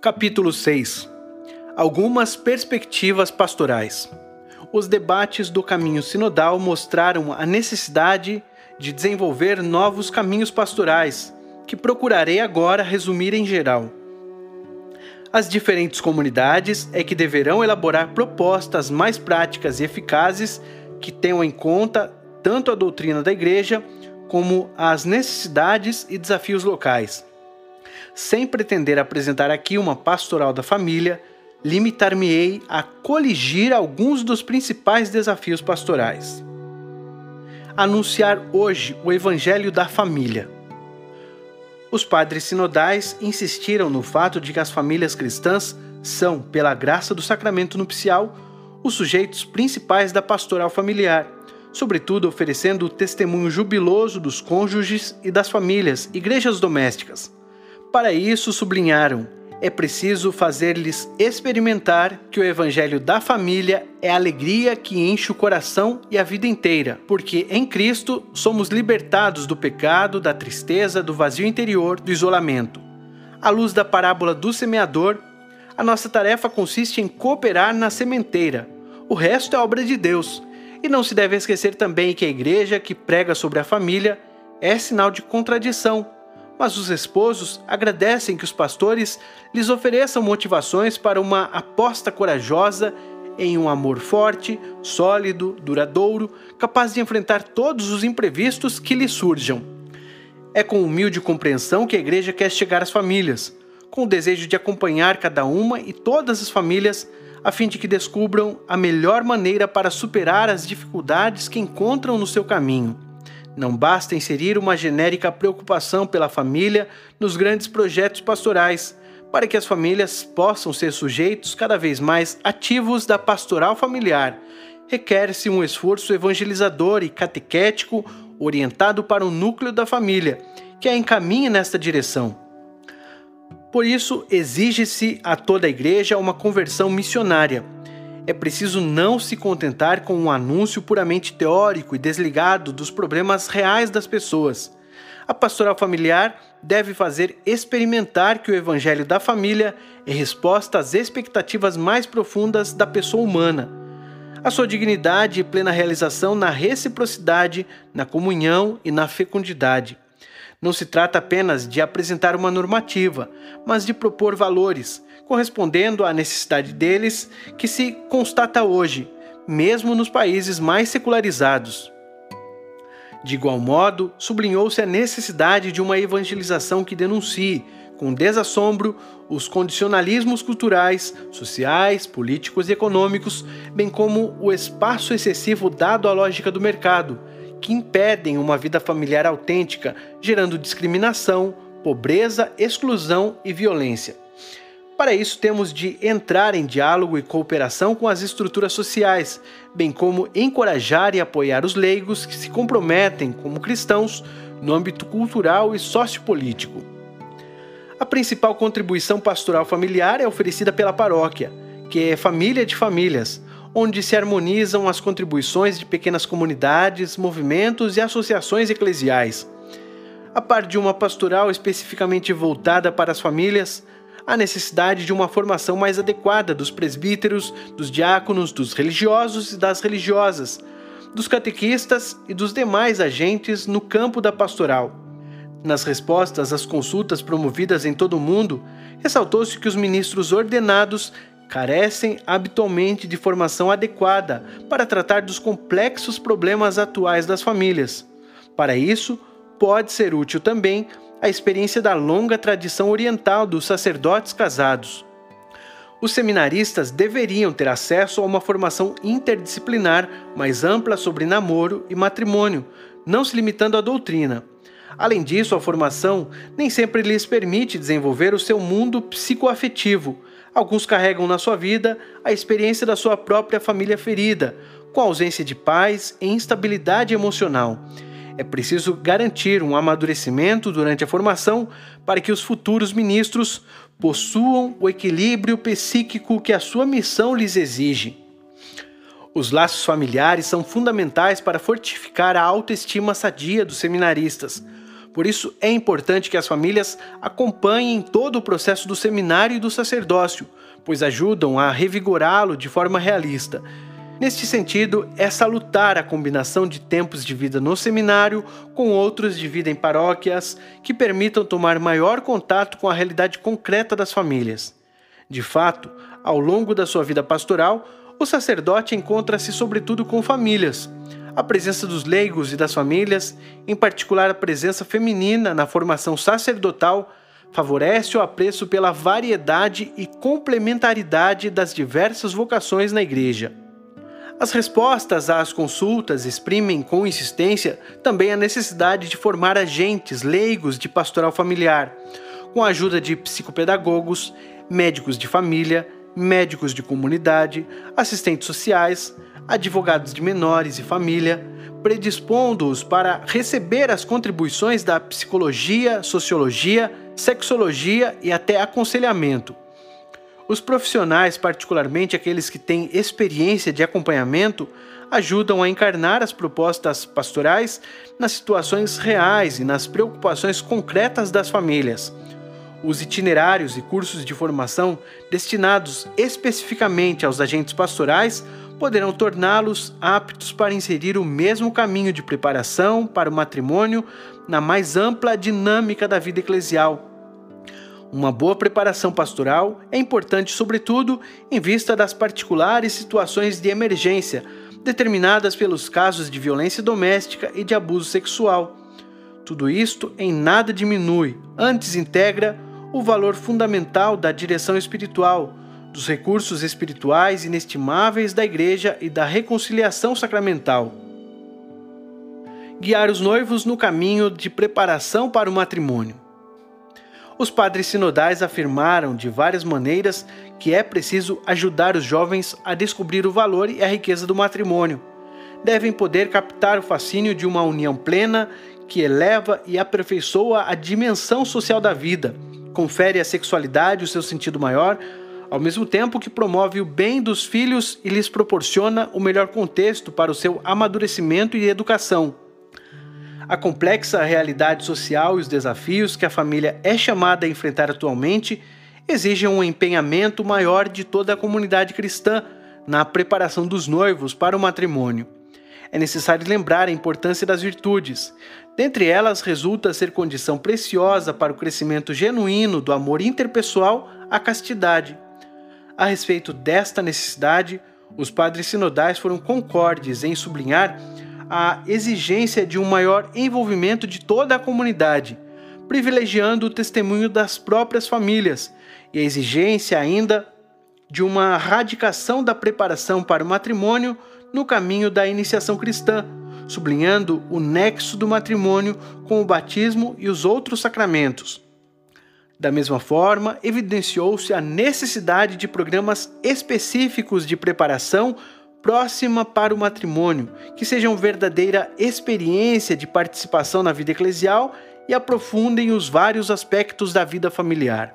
Capítulo 6. Algumas perspectivas pastorais. Os debates do caminho sinodal mostraram a necessidade de desenvolver novos caminhos pastorais, que procurarei agora resumir em geral. As diferentes comunidades é que deverão elaborar propostas mais práticas e eficazes que tenham em conta tanto a doutrina da Igreja como as necessidades e desafios locais. Sem pretender apresentar aqui uma pastoral da família, limitar-me-ei a coligir alguns dos principais desafios pastorais. Anunciar hoje o Evangelho da família. Os padres sinodais insistiram no fato de que as famílias cristãs são, pela graça do sacramento nupcial, os sujeitos principais da pastoral familiar, sobretudo oferecendo o testemunho jubiloso dos cônjuges e das famílias, igrejas domésticas. Para isso, sublinharam, é preciso fazer-lhes experimentar que o Evangelho da família é a alegria que enche o coração e a vida inteira, porque em Cristo somos libertados do pecado, da tristeza, do vazio interior, do isolamento. À luz da parábola do semeador, a nossa tarefa consiste em cooperar na sementeira. O resto é obra de Deus. E não se deve esquecer também que a igreja que prega sobre a família é sinal de contradição, mas os esposos agradecem que os pastores lhes ofereçam motivações para uma aposta corajosa em um amor forte, sólido, duradouro, capaz de enfrentar todos os imprevistos que lhes surjam. É com humilde compreensão que a igreja quer chegar às famílias, com o desejo de acompanhar cada uma e todas as famílias, a fim de que descubram a melhor maneira para superar as dificuldades que encontram no seu caminho. Não basta inserir uma genérica preocupação pela família nos grandes projetos pastorais, para que as famílias possam ser sujeitos cada vez mais ativos da pastoral familiar. Requer-se um esforço evangelizador e catequético orientado para o núcleo da família, que a encaminhe nesta direção. Por isso, exige-se a toda a igreja uma conversão missionária. É preciso não se contentar com um anúncio puramente teórico e desligado dos problemas reais das pessoas. A pastoral familiar deve fazer experimentar que o Evangelho da família é resposta às expectativas mais profundas da pessoa humana. A sua dignidade e plena realização na reciprocidade, na comunhão e na fecundidade. Não se trata apenas de apresentar uma normativa, mas de propor valores, correspondendo à necessidade deles que se constata hoje, mesmo nos países mais secularizados. De igual modo, sublinhou-se a necessidade de uma evangelização que denuncie, com desassombro, os condicionalismos culturais, sociais, políticos e econômicos, bem como o espaço excessivo dado à lógica do mercado, que impedem uma vida familiar autêntica, gerando discriminação, pobreza, exclusão e violência. Para isso, temos de entrar em diálogo e cooperação com as estruturas sociais, bem como encorajar e apoiar os leigos que se comprometem como cristãos no âmbito cultural e sociopolítico. A principal contribuição pastoral familiar é oferecida pela paróquia, que é família de famílias, onde se harmonizam as contribuições de pequenas comunidades, movimentos e associações eclesiais. A par de uma pastoral especificamente voltada para as famílias, há necessidade de uma formação mais adequada dos presbíteros, dos diáconos, dos religiosos e das religiosas, dos catequistas e dos demais agentes no campo da pastoral. Nas respostas às consultas promovidas em todo o mundo, ressaltou-se que os ministros ordenados carecem habitualmente de formação adequada para tratar dos complexos problemas atuais das famílias. Para isso, pode ser útil também a experiência da longa tradição oriental dos sacerdotes casados. Os seminaristas deveriam ter acesso a uma formação interdisciplinar mais ampla sobre namoro e matrimônio, não se limitando à doutrina. Além disso, a formação nem sempre lhes permite desenvolver o seu mundo psicoafetivo. Alguns carregam na sua vida a experiência da sua própria família ferida, com ausência de paz e instabilidade emocional. É preciso garantir um amadurecimento durante a formação para que os futuros ministros possuam o equilíbrio psíquico que a sua missão lhes exige. Os laços familiares são fundamentais para fortificar a autoestima sadia dos seminaristas. Por isso, é importante que as famílias acompanhem todo o processo do seminário e do sacerdócio, pois ajudam a revigorá-lo de forma realista. Neste sentido, é salutar a combinação de tempos de vida no seminário com outros de vida em paróquias que permitam tomar maior contato com a realidade concreta das famílias. De fato, ao longo da sua vida pastoral, o sacerdote encontra-se sobretudo com famílias. A presença dos leigos e das famílias, em particular a presença feminina na formação sacerdotal, favorece o apreço pela variedade e complementaridade das diversas vocações na Igreja. As respostas às consultas exprimem com insistência também a necessidade de formar agentes leigos de pastoral familiar, com a ajuda de psicopedagogos, médicos de família, médicos de comunidade, assistentes sociais, advogados de menores e família, predispondo-os para receber as contribuições da psicologia, sociologia, sexologia e até aconselhamento. Os profissionais, particularmente aqueles que têm experiência de acompanhamento, ajudam a encarnar as propostas pastorais nas situações reais e nas preocupações concretas das famílias. Os itinerários e cursos de formação destinados especificamente aos agentes pastorais poderão torná-los aptos para inserir o mesmo caminho de preparação para o matrimônio na mais ampla dinâmica da vida eclesial. Uma boa preparação pastoral é importante, sobretudo, em vista das particulares situações de emergência, determinadas pelos casos de violência doméstica e de abuso sexual. Tudo isto em nada diminui, antes integra o valor fundamental da direção espiritual, dos recursos espirituais inestimáveis da Igreja e da reconciliação sacramental. Guiar os noivos no caminho de preparação para o matrimônio. Os padres sinodais afirmaram de várias maneiras que é preciso ajudar os jovens a descobrir o valor e a riqueza do matrimônio. Devem poder captar o fascínio de uma união plena que eleva e aperfeiçoa a dimensão social da vida, confere à sexualidade o seu sentido maior, ao mesmo tempo que promove o bem dos filhos e lhes proporciona o melhor contexto para o seu amadurecimento e educação. A complexa realidade social e os desafios que a família é chamada a enfrentar atualmente exigem um empenhamento maior de toda a comunidade cristã na preparação dos noivos para o matrimônio. É necessário lembrar a importância das virtudes. Dentre elas, resulta ser condição preciosa para o crescimento genuíno do amor interpessoal a castidade. A respeito desta necessidade, os padres sinodais foram concordes em sublinhar a exigência de um maior envolvimento de toda a comunidade, privilegiando o testemunho das próprias famílias, e a exigência ainda de uma radicação da preparação para o matrimônio no caminho da iniciação cristã, sublinhando o nexo do matrimônio com o batismo e os outros sacramentos. Da mesma forma, evidenciou-se a necessidade de programas específicos de preparação próxima para o matrimônio, que sejam verdadeira experiência de participação na vida eclesial e aprofundem os vários aspectos da vida familiar.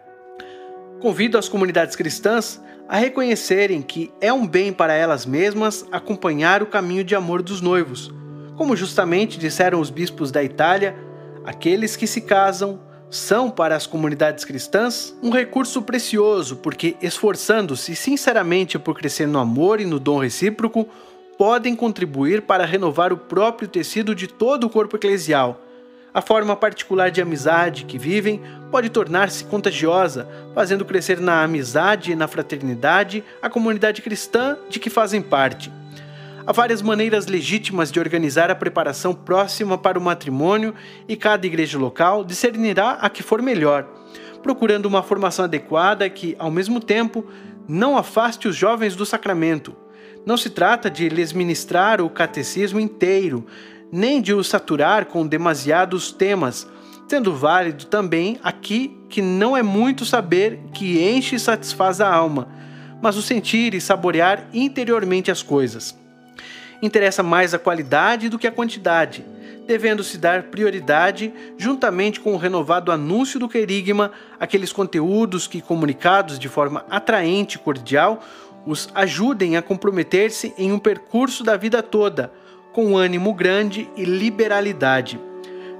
Convido as comunidades cristãs a reconhecerem que é um bem para elas mesmas acompanhar o caminho de amor dos noivos. Como justamente disseram os bispos da Itália, aqueles que se casam são para as comunidades cristãs um recurso precioso, porque, esforçando-se sinceramente por crescer no amor e no dom recíproco, podem contribuir para renovar o próprio tecido de todo o corpo eclesial. A forma particular de amizade que vivem pode tornar-se contagiosa, fazendo crescer na amizade e na fraternidade a comunidade cristã de que fazem parte. Há várias maneiras legítimas de organizar a preparação próxima para o matrimônio e cada igreja local discernirá a que for melhor, procurando uma formação adequada que, ao mesmo tempo, não afaste os jovens do sacramento. Não se trata de lhes ministrar o catecismo inteiro, nem de os saturar com demasiados temas, sendo válido também aqui que não é muito saber que enche e satisfaz a alma, mas o sentir e saborear interiormente as coisas. Interessa mais a qualidade do que a quantidade, devendo-se dar prioridade, juntamente com o renovado anúncio do querigma, aqueles conteúdos que, comunicados de forma atraente e cordial, os ajudem a comprometer-se em um percurso da vida toda, com ânimo grande e liberalidade.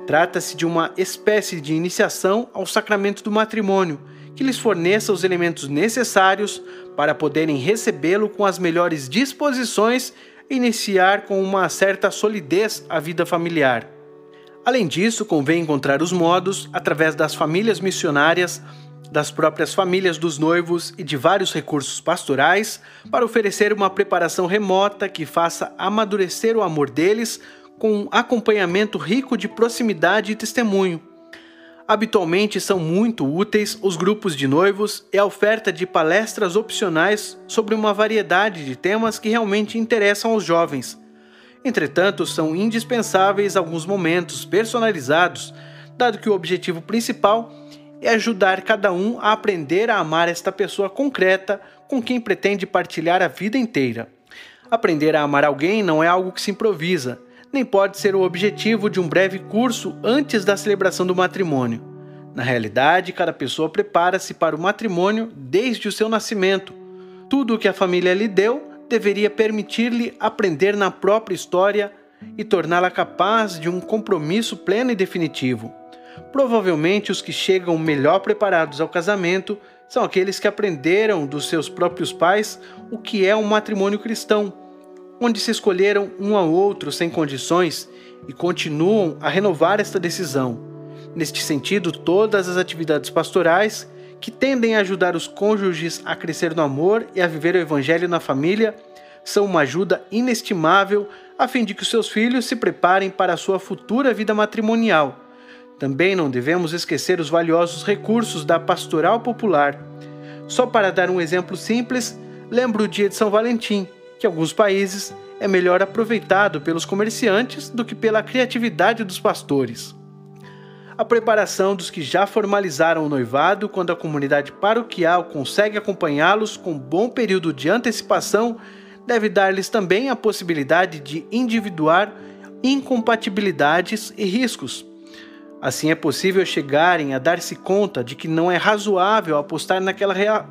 Trata-se de uma espécie de iniciação ao sacramento do matrimônio, que lhes forneça os elementos necessários para poderem recebê-lo com as melhores disposições e iniciar com uma certa solidez a vida familiar. Além disso, convém encontrar os modos, através das famílias missionárias, das próprias famílias dos noivos e de vários recursos pastorais, para oferecer uma preparação remota que faça amadurecer o amor deles com um acompanhamento rico de proximidade e testemunho. Habitualmente são muito úteis os grupos de noivos e a oferta de palestras opcionais sobre uma variedade de temas que realmente interessam aos jovens. Entretanto, são indispensáveis alguns momentos personalizados, dado que o objetivo principal é ajudar cada um a aprender a amar esta pessoa concreta com quem pretende partilhar a vida inteira. Aprender a amar alguém não é algo que se improvisa, nem pode ser o objetivo de um breve curso antes da celebração do matrimônio. Na realidade, cada pessoa prepara-se para o matrimônio desde o seu nascimento. Tudo o que a família lhe deu deveria permitir-lhe aprender na própria história e torná-la capaz de um compromisso pleno e definitivo. Provavelmente os que chegam melhor preparados ao casamento são aqueles que aprenderam dos seus próprios pais o que é um matrimônio cristão, onde se escolheram um ao outro sem condições e continuam a renovar esta decisão. Neste sentido, todas as atividades pastorais que tendem a ajudar os cônjuges a crescer no amor e a viver o evangelho na família são uma ajuda inestimável a fim de que os seus filhos se preparem para a sua futura vida matrimonial. Também não devemos esquecer os valiosos recursos da pastoral popular. Só para dar um exemplo simples, lembro o dia de São Valentim, que em alguns países é melhor aproveitado pelos comerciantes do que pela criatividade dos pastores. A preparação dos que já formalizaram o noivado, quando a comunidade paroquial consegue acompanhá-los com um bom período de antecipação, deve dar-lhes também a possibilidade de individuar incompatibilidades e riscos. Assim é possível chegarem a dar-se conta de que não é razoável apostar naquela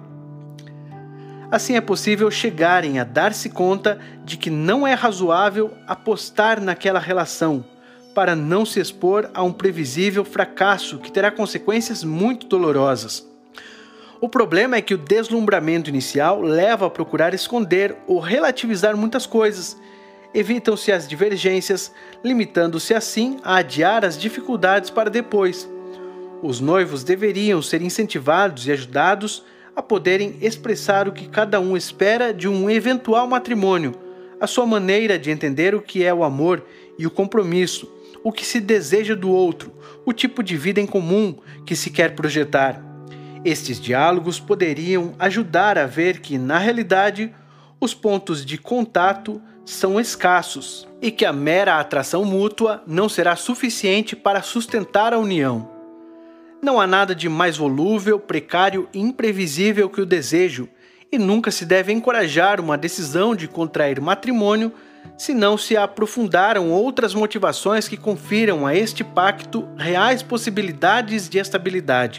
relação, para não se expor a um previsível fracasso que terá consequências muito dolorosas. O problema é que o deslumbramento inicial leva a procurar esconder ou relativizar muitas coisas. Evitam-se as divergências, limitando-se assim a adiar as dificuldades para depois. Os noivos deveriam ser incentivados e ajudados a poderem expressar o que cada um espera de um eventual matrimônio, a sua maneira de entender o que é o amor e o compromisso, o que se deseja do outro, o tipo de vida em comum que se quer projetar. Estes diálogos poderiam ajudar a ver que, na realidade, os pontos de contato são escassos e que a mera atração mútua não será suficiente para sustentar a união. Não há nada de mais volúvel, precário e imprevisível que o desejo, e nunca se deve encorajar uma decisão de contrair matrimônio se não se aprofundaram outras motivações que confiram a este pacto reais possibilidades de estabilidade.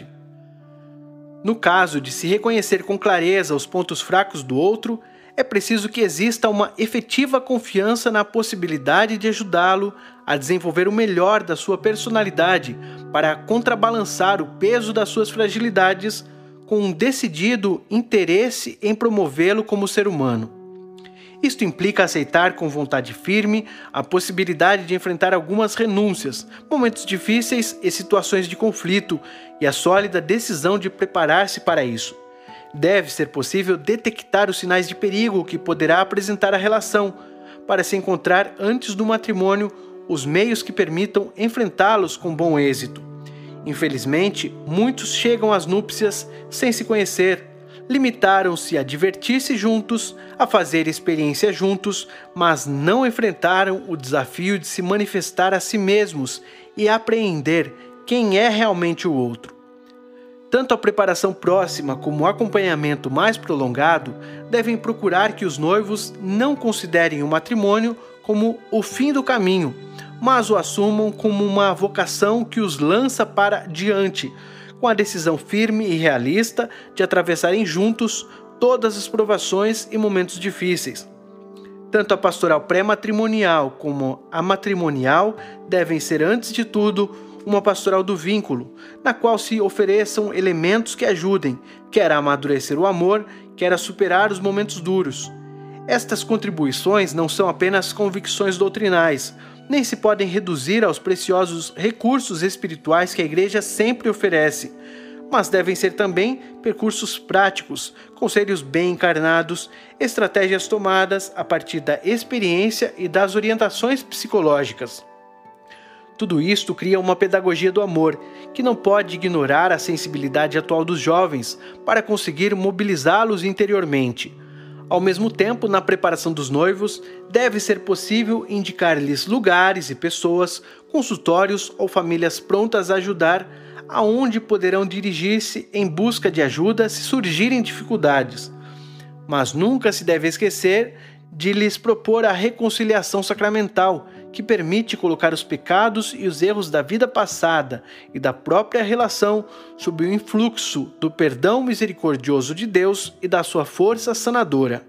No caso de se reconhecer com clareza os pontos fracos do outro, é preciso que exista uma efetiva confiança na possibilidade de ajudá-lo a desenvolver o melhor da sua personalidade para contrabalançar o peso das suas fragilidades com um decidido interesse em promovê-lo como ser humano. Isto implica aceitar com vontade firme a possibilidade de enfrentar algumas renúncias, momentos difíceis e situações de conflito, e a sólida decisão de preparar-se para isso. Deve ser possível detectar os sinais de perigo que poderá apresentar a relação, para se encontrar antes do matrimônio os meios que permitam enfrentá-los com bom êxito. Infelizmente, muitos chegam às núpcias sem se conhecer, limitaram-se a divertir-se juntos, a fazer experiência juntos, mas não enfrentaram o desafio de se manifestar a si mesmos e apreender quem é realmente o outro. Tanto a preparação próxima como o acompanhamento mais prolongado devem procurar que os noivos não considerem o matrimônio como o fim do caminho, mas o assumam como uma vocação que os lança para diante, com a decisão firme e realista de atravessarem juntos todas as provações e momentos difíceis. Tanto a pastoral pré-matrimonial como a matrimonial devem ser, antes de tudo, uma pastoral do vínculo, na qual se ofereçam elementos que ajudem, quer a amadurecer o amor, quer a superar os momentos duros. Estas contribuições não são apenas convicções doutrinais, nem se podem reduzir aos preciosos recursos espirituais que a Igreja sempre oferece, mas devem ser também percursos práticos, conselhos bem encarnados, estratégias tomadas a partir da experiência e das orientações psicológicas. Tudo isto cria uma pedagogia do amor, que não pode ignorar a sensibilidade atual dos jovens para conseguir mobilizá-los interiormente. Ao mesmo tempo, na preparação dos noivos, deve ser possível indicar-lhes lugares e pessoas, consultórios ou famílias prontas a ajudar, aonde poderão dirigir-se em busca de ajuda se surgirem dificuldades. Mas nunca se deve esquecer de lhes propor a reconciliação sacramental, que permite colocar os pecados e os erros da vida passada e da própria relação sob o influxo do perdão misericordioso de Deus e da sua força sanadora.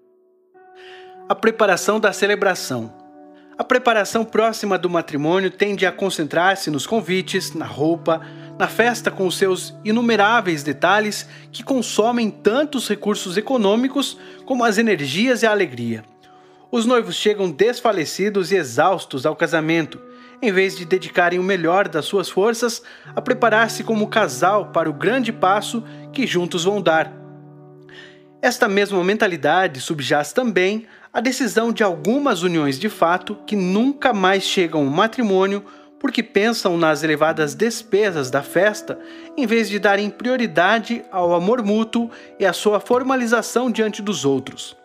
A preparação da celebração. A preparação próxima do matrimônio tende a concentrar-se nos convites, na roupa, na festa com os seus inumeráveis detalhes que consomem tanto os recursos econômicos como as energias e a alegria. Os noivos chegam desfalecidos e exaustos ao casamento, em vez de dedicarem o melhor das suas forças a preparar-se como casal para o grande passo que juntos vão dar. Esta mesma mentalidade subjaz também a decisão de algumas uniões de fato que nunca mais chegam ao matrimônio porque pensam nas elevadas despesas da festa em vez de darem prioridade ao amor mútuo e à sua formalização diante dos outros.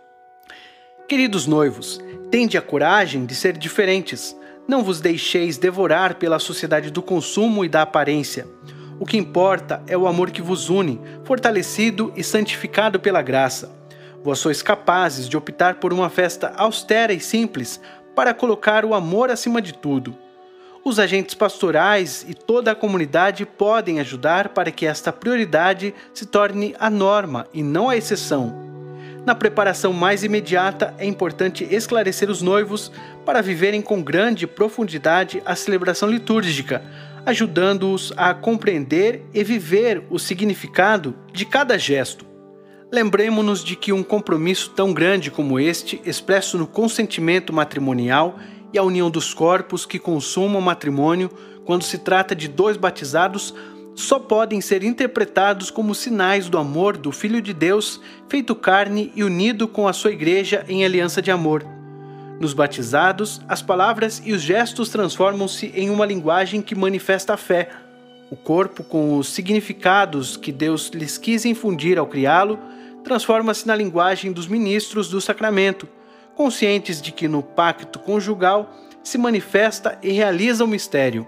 Queridos noivos, tende a coragem de ser diferentes. Não vos deixeis devorar pela sociedade do consumo e da aparência. O que importa é o amor que vos une, fortalecido e santificado pela graça. Vós sois capazes de optar por uma festa austera e simples para colocar o amor acima de tudo. Os agentes pastorais e toda a comunidade podem ajudar para que esta prioridade se torne a norma e não a exceção. Na preparação mais imediata, é importante esclarecer os noivos para viverem com grande profundidade a celebração litúrgica, ajudando-os a compreender e viver o significado de cada gesto. Lembremo-nos de que um compromisso tão grande como este, expresso no consentimento matrimonial e a união dos corpos que consumam o matrimônio, quando se trata de dois batizados, só podem ser interpretados como sinais do amor do Filho de Deus, feito carne e unido com a sua igreja em aliança de amor. Nos batizados, as palavras e os gestos transformam-se em uma linguagem que manifesta a fé. O corpo, com os significados que Deus lhes quis infundir ao criá-lo, transforma-se na linguagem dos ministros do sacramento, conscientes de que no pacto conjugal se manifesta e realiza o mistério.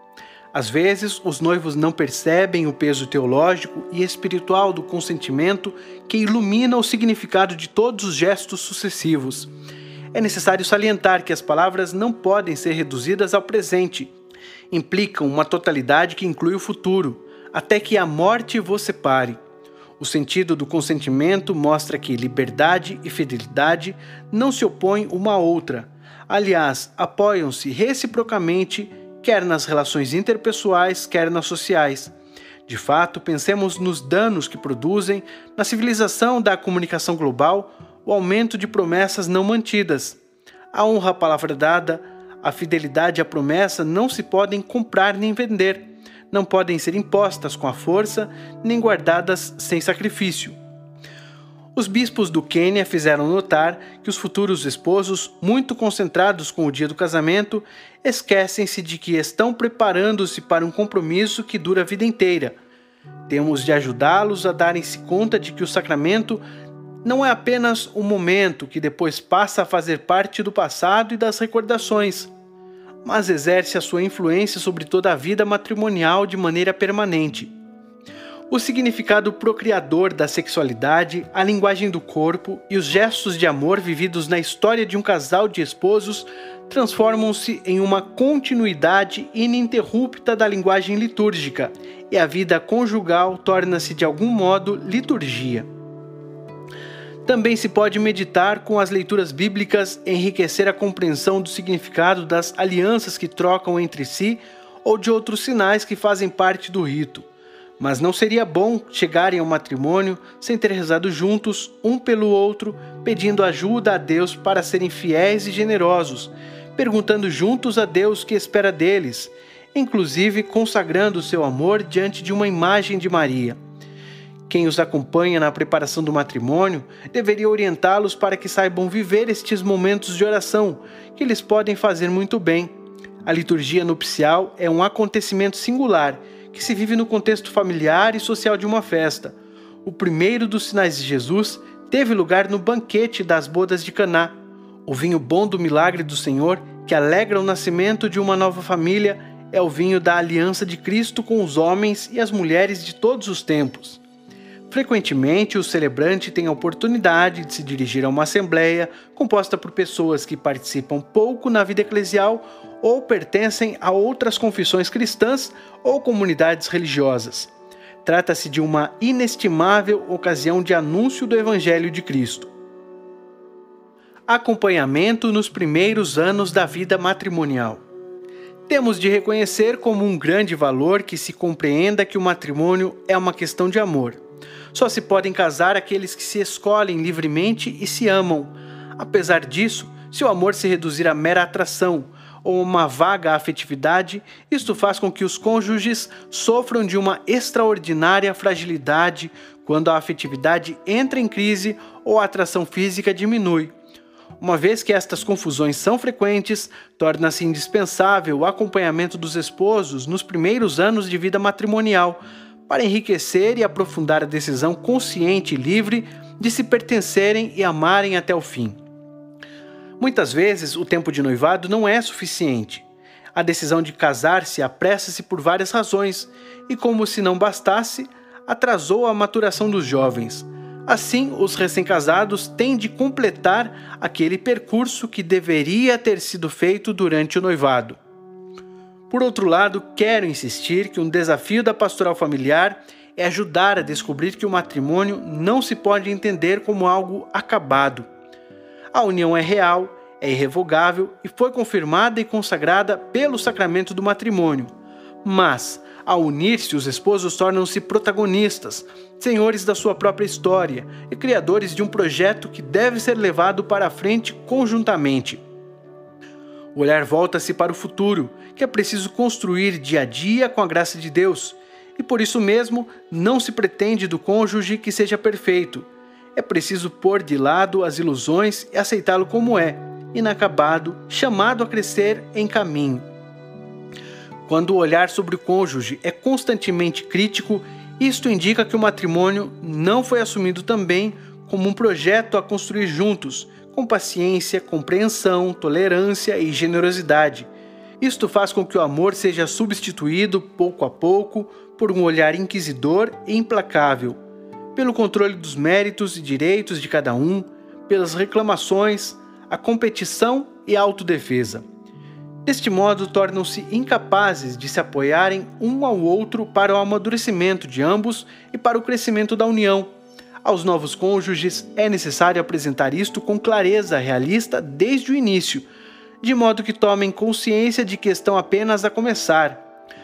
Às vezes, os noivos não percebem o peso teológico e espiritual do consentimento que ilumina o significado de todos os gestos sucessivos. É necessário salientar que as palavras não podem ser reduzidas ao presente. Implicam uma totalidade que inclui o futuro, até que a morte vos separe. O sentido do consentimento mostra que liberdade e fidelidade não se opõem uma à outra. Aliás, apoiam-se reciprocamente, quer nas relações interpessoais, quer nas sociais. De fato, pensemos nos danos que produzem, na civilização da comunicação global, o aumento de promessas não mantidas. A honra à palavra dada, a fidelidade à promessa não se podem comprar nem vender, não podem ser impostas com a força, nem guardadas sem sacrifício. Os bispos do Quênia fizeram notar que os futuros esposos, muito concentrados com o dia do casamento, esquecem-se de que estão preparando-se para um compromisso que dura a vida inteira. Temos de ajudá-los a darem-se conta de que o sacramento não é apenas um momento que depois passa a fazer parte do passado e das recordações, mas exerce a sua influência sobre toda a vida matrimonial de maneira permanente. O significado procriador da sexualidade, a linguagem do corpo e os gestos de amor vividos na história de um casal de esposos transformam-se em uma continuidade ininterrupta da linguagem litúrgica, e a vida conjugal torna-se de algum modo liturgia. Também se pode meditar com as leituras bíblicas, enriquecer a compreensão do significado das alianças que trocam entre si ou de outros sinais que fazem parte do rito. Mas não seria bom chegarem ao matrimônio sem ter rezado juntos, um pelo outro, pedindo ajuda a Deus para serem fiéis e generosos, perguntando juntos a Deus o que espera deles, inclusive consagrando seu amor diante de uma imagem de Maria. Quem os acompanha na preparação do matrimônio deveria orientá-los para que saibam viver estes momentos de oração, que eles podem fazer muito bem. A liturgia nupcial é um acontecimento singular, que se vive no contexto familiar e social de uma festa. O primeiro dos sinais de Jesus teve lugar no banquete das bodas de Caná. O vinho bom do milagre do Senhor, que alegra o nascimento de uma nova família, é o vinho da aliança de Cristo com os homens e as mulheres de todos os tempos. Frequentemente, o celebrante tem a oportunidade de se dirigir a uma assembleia composta por pessoas que participam pouco na vida eclesial ou pertencem a outras confissões cristãs ou comunidades religiosas. Trata-se de uma inestimável ocasião de anúncio do Evangelho de Cristo. Acompanhamento nos primeiros anos da vida matrimonial. Temos de reconhecer como um grande valor que se compreenda que o matrimônio é uma questão de amor. Só se podem casar aqueles que se escolhem livremente e se amam. Apesar disso, se o amor se reduzir a mera atração ou uma vaga afetividade, isto faz com que os cônjuges sofram de uma extraordinária fragilidade quando a afetividade entra em crise ou a atração física diminui. Uma vez que estas confusões são frequentes, torna-se indispensável o acompanhamento dos esposos nos primeiros anos de vida matrimonial, para enriquecer e aprofundar a decisão consciente e livre de se pertencerem e amarem até o fim. Muitas vezes, o tempo de noivado não é suficiente. A decisão de casar-se apressa-se por várias razões e, como se não bastasse, atrasou a maturação dos jovens. Assim, os recém-casados têm de completar aquele percurso que deveria ter sido feito durante o noivado. Por outro lado, quero insistir que um desafio da pastoral familiar é ajudar a descobrir que o matrimônio não se pode entender como algo acabado. A união é real, é irrevogável e foi confirmada e consagrada pelo sacramento do matrimônio. Mas, ao unir-se, os esposos tornam-se protagonistas, senhores da sua própria história e criadores de um projeto que deve ser levado para a frente conjuntamente. O olhar volta-se para o futuro, que é preciso construir dia a dia com a graça de Deus, e por isso mesmo não se pretende do cônjuge que seja perfeito. É preciso pôr de lado as ilusões e aceitá-lo como é, inacabado, chamado a crescer em caminho. Quando o olhar sobre o cônjuge é constantemente crítico, isto indica que o matrimônio não foi assumido também como um projeto a construir juntos, com paciência, compreensão, tolerância e generosidade. Isto faz com que o amor seja substituído, pouco a pouco, por um olhar inquisidor e implacável, pelo controle dos méritos e direitos de cada um, pelas reclamações, a competição e a autodefesa. Deste modo, tornam-se incapazes de se apoiarem um ao outro para o amadurecimento de ambos e para o crescimento da união. Aos novos cônjuges é necessário apresentar isto com clareza realista desde o início, de modo que tomem consciência de que estão apenas a começar.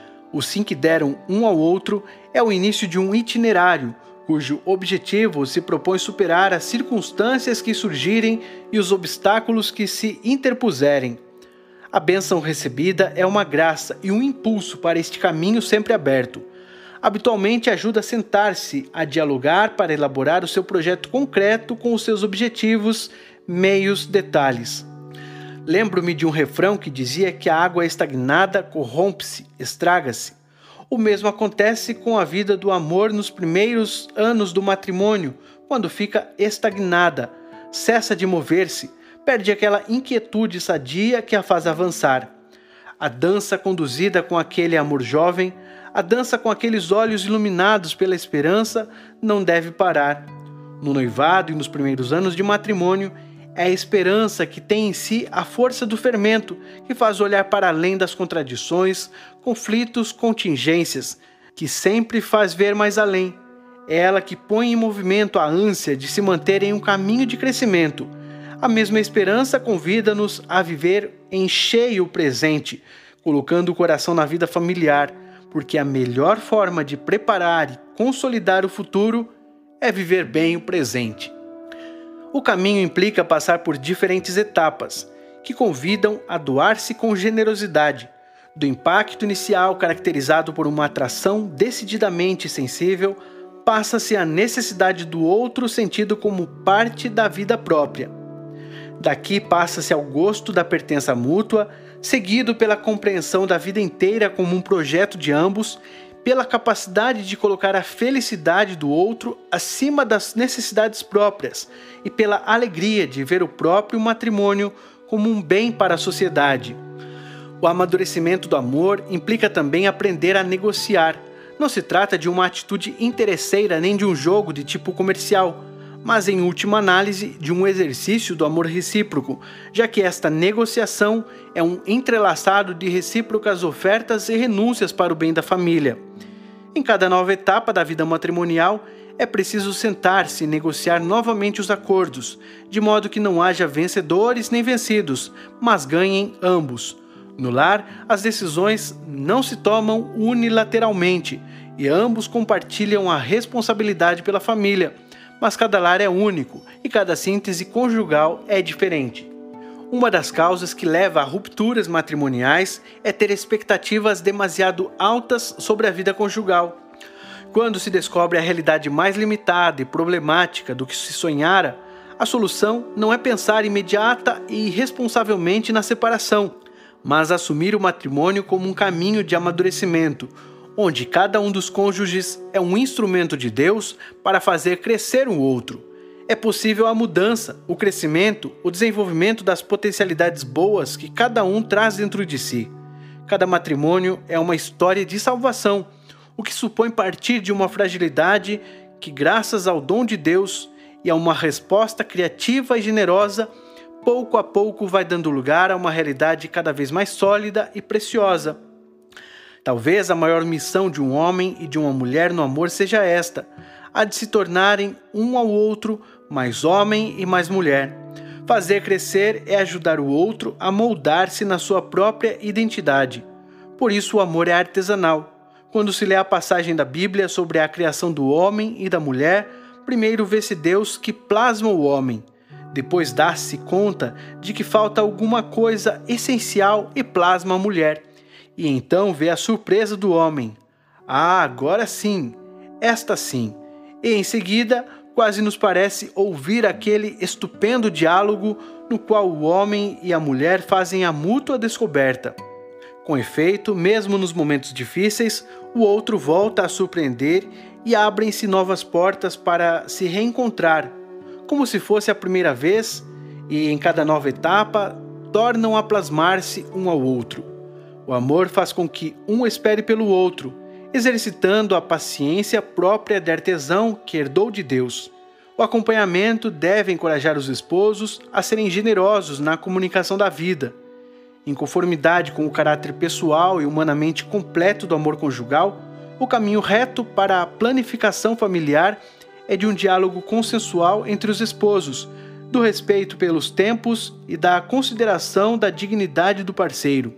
O sim que deram um ao outro é o início de um itinerário, cujo objetivo se propõe superar as circunstâncias que surgirem e os obstáculos que se interpuserem. A bênção recebida é uma graça e um impulso para este caminho sempre aberto. Habitualmente ajuda a sentar-se, a dialogar para elaborar o seu projeto concreto com os seus objetivos, meios, detalhes. Lembro-me de um refrão que dizia que a água estagnada corrompe-se, estraga-se. O mesmo acontece com a vida do amor nos primeiros anos do matrimônio, quando fica estagnada, cessa de mover-se, perde aquela inquietude sadia que a faz avançar. A dança conduzida com aquele amor jovem, a dança com aqueles olhos iluminados pela esperança, não deve parar. No noivado e nos primeiros anos de matrimônio, é a esperança que tem em si a força do fermento, que faz olhar para além das contradições, conflitos, contingências, que sempre faz ver mais além. É ela que põe em movimento a ânsia de se manter em um caminho de crescimento. A mesma esperança convida-nos a viver em cheio o presente, colocando o coração na vida familiar, porque a melhor forma de preparar e consolidar o futuro é viver bem o presente. O caminho implica passar por diferentes etapas, que convidam a doar-se com generosidade, do impacto inicial caracterizado por uma atração decididamente sensível, passa-se a necessidade do outro sentido como parte da vida própria. Daqui passa-se ao gosto da pertença mútua, seguido pela compreensão da vida inteira como um projeto de ambos, pela capacidade de colocar a felicidade do outro acima das necessidades próprias e pela alegria de ver o próprio matrimônio como um bem para a sociedade. O amadurecimento do amor implica também aprender a negociar. Não se trata de uma atitude interesseira nem de um jogo de tipo comercial, mas em última análise de um exercício do amor recíproco, já que esta negociação é um entrelaçado de recíprocas ofertas e renúncias para o bem da família. Em cada nova etapa da vida matrimonial, é preciso sentar-se e negociar novamente os acordos, de modo que não haja vencedores nem vencidos, mas ganhem ambos. No lar, as decisões não se tomam unilateralmente e ambos compartilham a responsabilidade pela família, mas cada lar é único e cada síntese conjugal é diferente. Uma das causas que leva a rupturas matrimoniais é ter expectativas demasiado altas sobre a vida conjugal. Quando se descobre a realidade mais limitada e problemática do que se sonhara, a solução não é pensar imediata e irresponsavelmente na separação, mas assumir o matrimônio como um caminho de amadurecimento, onde cada um dos cônjuges é um instrumento de Deus para fazer crescer o outro. É possível a mudança, o crescimento, o desenvolvimento das potencialidades boas que cada um traz dentro de si. Cada matrimônio é uma história de salvação, o que supõe partir de uma fragilidade que, graças ao dom de Deus e a uma resposta criativa e generosa, pouco a pouco vai dando lugar a uma realidade cada vez mais sólida e preciosa. Talvez a maior missão de um homem e de uma mulher no amor seja esta, a de se tornarem um ao outro mais homem e mais mulher. Fazer crescer é ajudar o outro a moldar-se na sua própria identidade. Por isso o amor é artesanal. Quando se lê a passagem da Bíblia sobre a criação do homem e da mulher, primeiro vê-se Deus que plasma o homem. Depois dá-se conta de que falta alguma coisa essencial e plasma a mulher. E então vê a surpresa do homem. Ah, agora sim, esta sim. E em seguida, quase nos parece ouvir aquele estupendo diálogo no qual o homem e a mulher fazem a mútua descoberta. Com efeito, mesmo nos momentos difíceis, o outro volta a surpreender e abrem-se novas portas para se reencontrar, como se fosse a primeira vez, e em cada nova etapa, tornam a plasmar-se um ao outro. O amor faz com que um espere pelo outro, exercitando a paciência própria de artesão que herdou de Deus. O acompanhamento deve encorajar os esposos a serem generosos na comunicação da vida. Em conformidade com o caráter pessoal e humanamente completo do amor conjugal, o caminho reto para a planificação familiar é de um diálogo consensual entre os esposos, do respeito pelos tempos e da consideração da dignidade do parceiro.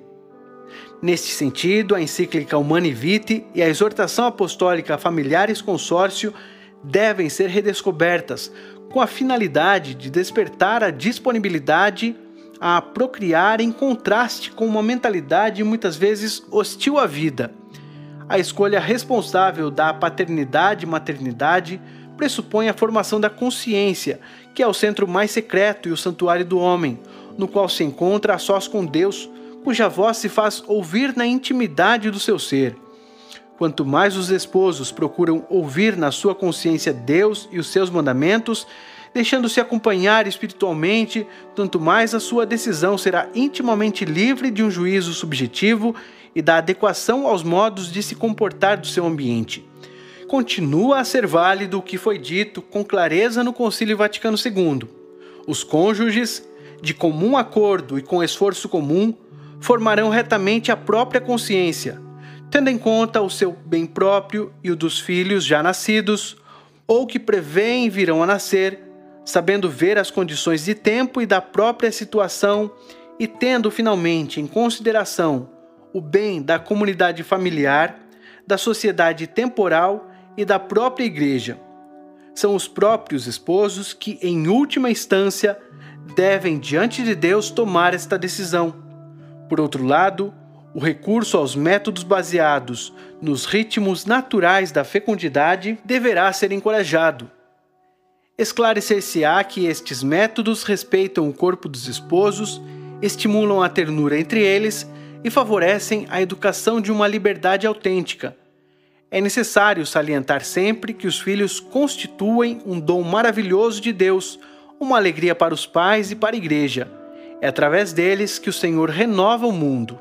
Neste sentido, a encíclica Humanae Vitae e a exortação apostólica Familiaris Consórcio devem ser redescobertas, com a finalidade de despertar a disponibilidade a procriar em contraste com uma mentalidade muitas vezes hostil à vida. A escolha responsável da paternidade e maternidade pressupõe a formação da consciência, que é o centro mais secreto e o santuário do homem, no qual se encontra a sós com Deus, cuja voz se faz ouvir na intimidade do seu ser. Quanto mais os esposos procuram ouvir na sua consciência Deus e os seus mandamentos, deixando-se acompanhar espiritualmente, tanto mais a sua decisão será intimamente livre de um juízo subjetivo e da adequação aos modos de se comportar do seu ambiente. Continua a ser válido o que foi dito com clareza no Concílio Vaticano II. Os cônjuges, de comum acordo e com esforço comum, formarão retamente a própria consciência, tendo em conta o seu bem próprio e o dos filhos já nascidos, ou que prevêem virão a nascer, sabendo ver as condições de tempo e da própria situação e tendo finalmente em consideração o bem da comunidade familiar, da sociedade temporal e da própria igreja. São os próprios esposos que, em última instância, devem diante de Deus tomar esta decisão. Por outro lado, o recurso aos métodos baseados nos ritmos naturais da fecundidade deverá ser encorajado. Esclarecer-se-á que estes métodos respeitam o corpo dos esposos, estimulam a ternura entre eles e favorecem a educação de uma liberdade autêntica. É necessário salientar sempre que os filhos constituem um dom maravilhoso de Deus, uma alegria para os pais e para a igreja. É através deles que o Senhor renova o mundo.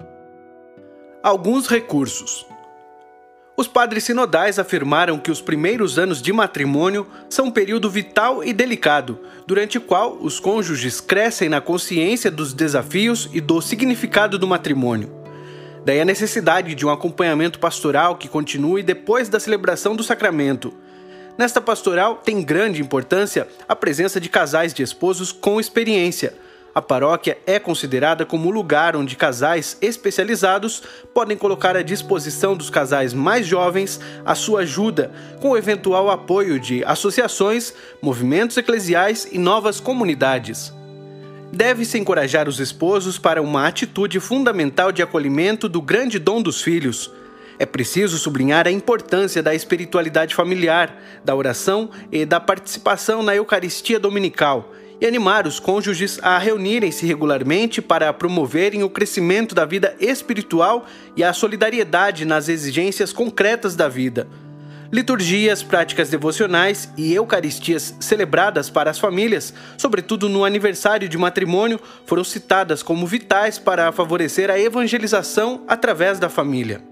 Alguns recursos. Os padres sinodais afirmaram que os primeiros anos de matrimônio são um período vital e delicado, durante o qual os cônjuges crescem na consciência dos desafios e do significado do matrimônio. Daí a necessidade de um acompanhamento pastoral que continue depois da celebração do sacramento. Nesta pastoral tem grande importância a presença de casais de esposos com experiência. A paróquia é considerada como o lugar onde casais especializados podem colocar à disposição dos casais mais jovens a sua ajuda, com o eventual apoio de associações, movimentos eclesiais e novas comunidades. Deve-se encorajar os esposos para uma atitude fundamental de acolhimento do grande dom dos filhos. É preciso sublinhar a importância da espiritualidade familiar, da oração e da participação na Eucaristia dominical, e animar os cônjuges a reunirem-se regularmente para promoverem o crescimento da vida espiritual e a solidariedade nas exigências concretas da vida. Liturgias, práticas devocionais e eucaristias celebradas para as famílias, sobretudo no aniversário de matrimônio, foram citadas como vitais para favorecer a evangelização através da família.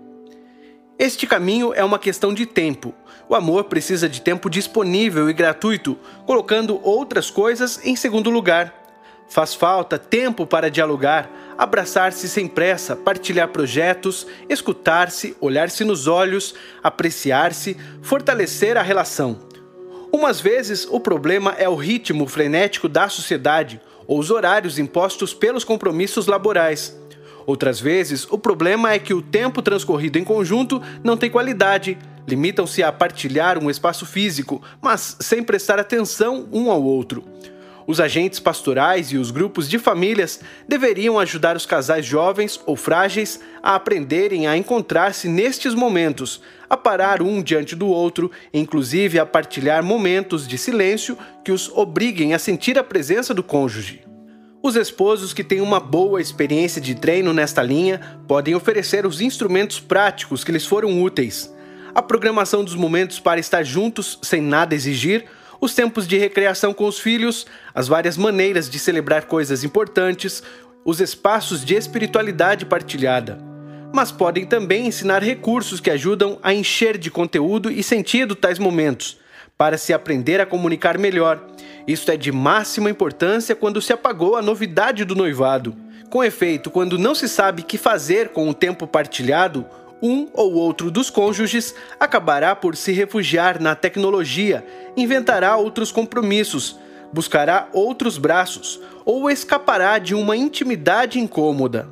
Este caminho é uma questão de tempo. O amor precisa de tempo disponível e gratuito, colocando outras coisas em segundo lugar. Faz falta tempo para dialogar, abraçar-se sem pressa, partilhar projetos, escutar-se, olhar-se nos olhos, apreciar-se, fortalecer a relação. Umas vezes o problema é o ritmo frenético da sociedade ou os horários impostos pelos compromissos laborais. Outras vezes, o problema é que o tempo transcorrido em conjunto não tem qualidade, limitam-se a partilhar um espaço físico, mas sem prestar atenção um ao outro. Os agentes pastorais e os grupos de famílias deveriam ajudar os casais jovens ou frágeis a aprenderem a encontrar-se nestes momentos, a parar um diante do outro, inclusive a partilhar momentos de silêncio que os obriguem a sentir a presença do cônjuge. Os esposos que têm uma boa experiência de treino nesta linha podem oferecer os instrumentos práticos que lhes foram úteis. A programação dos momentos para estar juntos sem nada exigir, os tempos de recreação com os filhos, as várias maneiras de celebrar coisas importantes, os espaços de espiritualidade partilhada. Mas podem também ensinar recursos que ajudam a encher de conteúdo e sentido tais momentos, para se aprender a comunicar melhor. Isso é de máxima importância quando se apagou a novidade do noivado. Com efeito, quando não se sabe o que fazer com o tempo partilhado, um ou outro dos cônjuges acabará por se refugiar na tecnologia, inventará outros compromissos, buscará outros braços ou escapará de uma intimidade incômoda.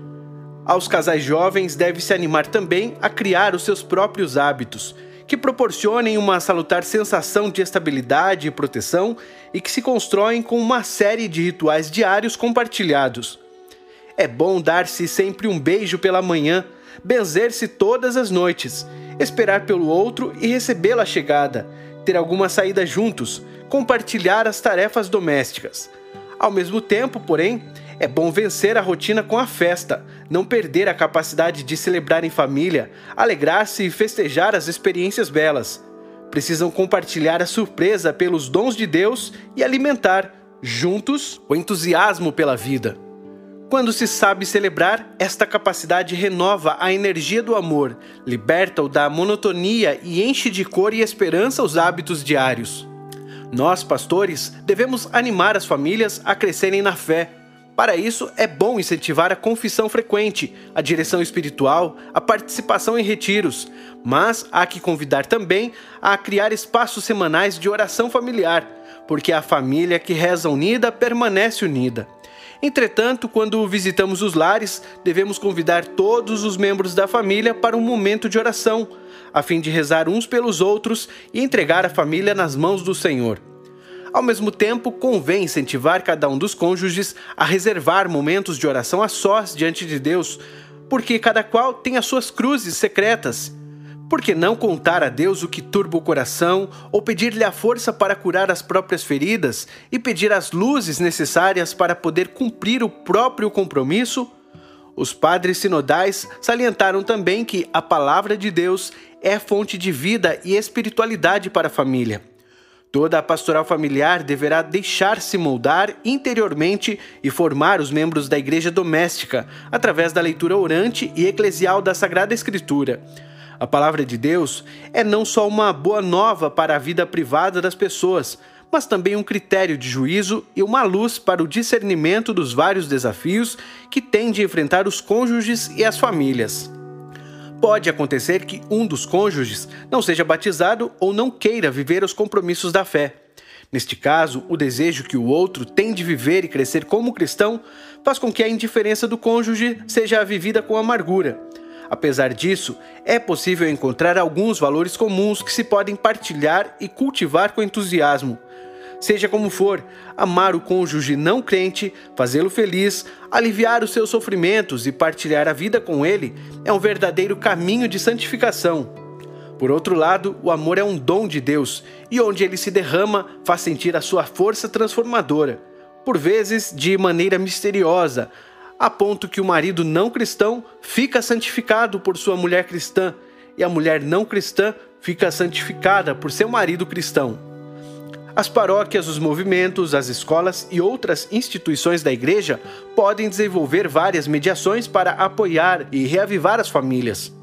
Aos casais jovens deve-se animar também a criar os seus próprios hábitos, que proporcionem uma salutar sensação de estabilidade e proteção e que se constroem com uma série de rituais diários compartilhados. É bom dar-se sempre um beijo pela manhã, benzer-se todas as noites, esperar pelo outro e recebê-lo à chegada, ter alguma saída juntos, compartilhar as tarefas domésticas. Ao mesmo tempo, porém, é bom vencer a rotina com a festa, não perder a capacidade de celebrar em família, alegrar-se e festejar as experiências belas. Precisam compartilhar a surpresa pelos dons de Deus e alimentar, juntos, o entusiasmo pela vida. Quando se sabe celebrar, esta capacidade renova a energia do amor, liberta-o da monotonia e enche de cor e esperança os hábitos diários. Nós, pastores, devemos animar as famílias a crescerem na fé. Para isso, é bom incentivar a confissão frequente, a direção espiritual, a participação em retiros, mas há que convidar também a criar espaços semanais de oração familiar, porque a família que reza unida permanece unida. Entretanto, quando visitamos os lares, devemos convidar todos os membros da família para um momento de oração, a fim de rezar uns pelos outros e entregar a família nas mãos do Senhor. Ao mesmo tempo, convém incentivar cada um dos cônjuges a reservar momentos de oração a sós diante de Deus, porque cada qual tem as suas cruzes secretas. Por que não contar a Deus o que turba o coração, ou pedir-lhe a força para curar as próprias feridas e pedir as luzes necessárias para poder cumprir o próprio compromisso? Os padres sinodais salientaram também que a palavra de Deus é fonte de vida e espiritualidade para a família. Toda a pastoral familiar deverá deixar-se moldar interiormente e formar os membros da igreja doméstica, através da leitura orante e eclesial da Sagrada Escritura. A palavra de Deus é não só uma boa nova para a vida privada das pessoas, mas também um critério de juízo e uma luz para o discernimento dos vários desafios que têm de enfrentar os cônjuges e as famílias. Pode acontecer que um dos cônjuges não seja batizado ou não queira viver os compromissos da fé. Neste caso, o desejo que o outro tem de viver e crescer como cristão faz com que a indiferença do cônjuge seja vivida com amargura. Apesar disso, é possível encontrar alguns valores comuns que se podem partilhar e cultivar com entusiasmo. Seja como for, amar o cônjuge não crente, fazê-lo feliz, aliviar os seus sofrimentos e partilhar a vida com ele é um verdadeiro caminho de santificação. Por outro lado, o amor é um dom de Deus e onde ele se derrama faz sentir a sua força transformadora, por vezes de maneira misteriosa, a ponto que o marido não cristão fica santificado por sua mulher cristã e a mulher não cristã fica santificada por seu marido cristão. As paróquias, os movimentos, as escolas e outras instituições da igreja podem desenvolver várias mediações para apoiar e reavivar as famílias.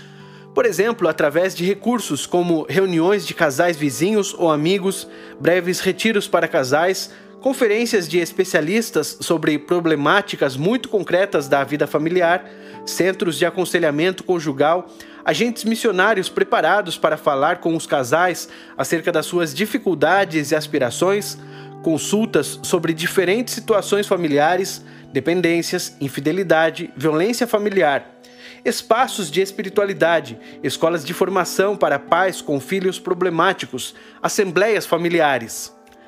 Por exemplo, através de recursos como reuniões de casais vizinhos ou amigos, breves retiros para casais, conferências de especialistas sobre problemáticas muito concretas da vida familiar, centros de aconselhamento conjugal, agentes missionários preparados para falar com os casais acerca das suas dificuldades e aspirações, consultas sobre diferentes situações familiares, dependências, infidelidade, violência familiar, espaços de espiritualidade, escolas de formação para pais com filhos problemáticos, assembleias familiares.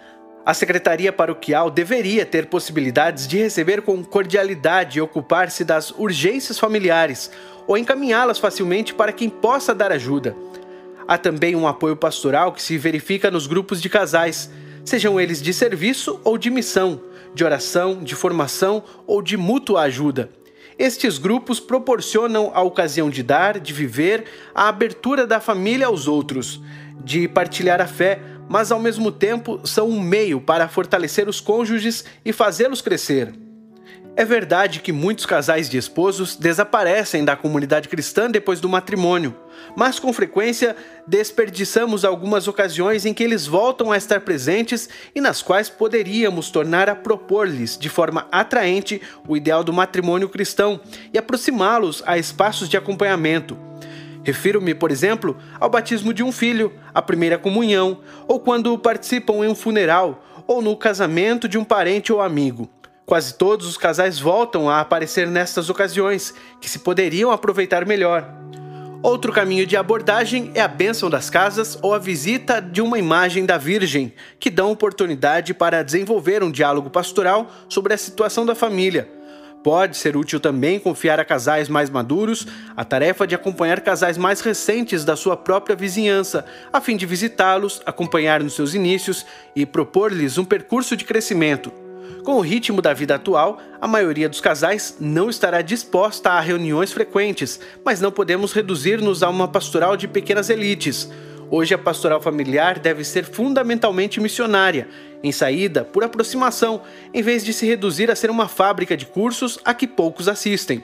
A Secretaria Paroquial deveria ter possibilidades de receber com cordialidade e ocupar-se das urgências familiares, ou encaminhá-las facilmente para quem possa dar ajuda. Há também um apoio pastoral que se verifica nos grupos de casais, sejam eles de serviço ou de missão, de oração, de formação ou de mútua ajuda. Estes grupos proporcionam a ocasião de dar, de viver, a abertura da família aos outros, de partilhar a fé, mas ao mesmo tempo são um meio para fortalecer os cônjuges e fazê-los crescer. É verdade que muitos casais de esposos desaparecem da comunidade cristã depois do matrimônio, mas com frequência desperdiçamos algumas ocasiões em que eles voltam a estar presentes e nas quais poderíamos tornar a propor-lhes de forma atraente o ideal do matrimônio cristão e aproximá-los a espaços de acompanhamento. Refiro-me, por exemplo, ao batismo de um filho, à primeira comunhão, ou quando participam em um funeral, ou no casamento de um parente ou amigo. Quase todos os casais voltam a aparecer nestas ocasiões, que se poderiam aproveitar melhor. Outro caminho de abordagem é a bênção das casas ou a visita de uma imagem da Virgem, que dão oportunidade para desenvolver um diálogo pastoral sobre a situação da família. Pode ser útil também confiar a casais mais maduros a tarefa de acompanhar casais mais recentes da sua própria vizinhança, a fim de visitá-los, acompanhar nos seus inícios e propor-lhes um percurso de crescimento. Com o ritmo da vida atual, a maioria dos casais não estará disposta a reuniões frequentes, mas não podemos reduzir-nos a uma pastoral de pequenas elites. Hoje a pastoral familiar deve ser fundamentalmente missionária, em saída por aproximação, em vez de se reduzir a ser uma fábrica de cursos a que poucos assistem.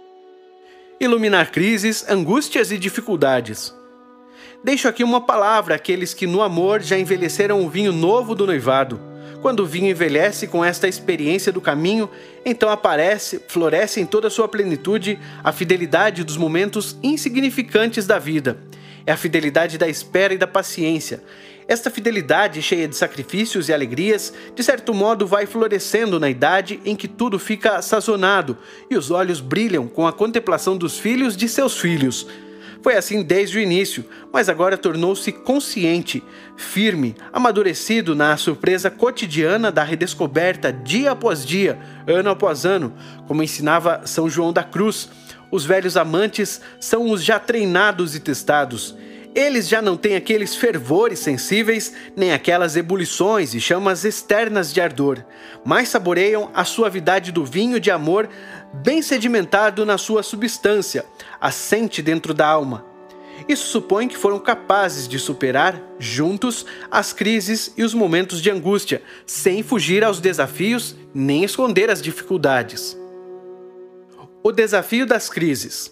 Iluminar crises, angústias e dificuldades. Deixo aqui uma palavra àqueles que no amor já envelheceram o vinho novo do noivado. Quando o vinho envelhece com esta experiência do caminho, então floresce em toda a sua plenitude a fidelidade dos momentos insignificantes da vida. É a fidelidade da espera e da paciência. Esta fidelidade, cheia de sacrifícios e alegrias, de certo modo vai florescendo na idade em que tudo fica sazonado e os olhos brilham com a contemplação dos filhos de seus filhos. Foi assim desde o início, mas agora tornou-se consciente, firme, amadurecido na surpresa cotidiana da redescoberta dia após dia, ano após ano, como ensinava São João da Cruz. Os velhos amantes são os já treinados e testados. Eles já não têm aqueles fervores sensíveis, nem aquelas ebulições e chamas externas de ardor, mas saboreiam a suavidade do vinho de amor bem sedimentado na sua substância, assente dentro da alma. Isso supõe que foram capazes de superar, juntos, as crises e os momentos de angústia, sem fugir aos desafios nem esconder as dificuldades. O desafio das crises.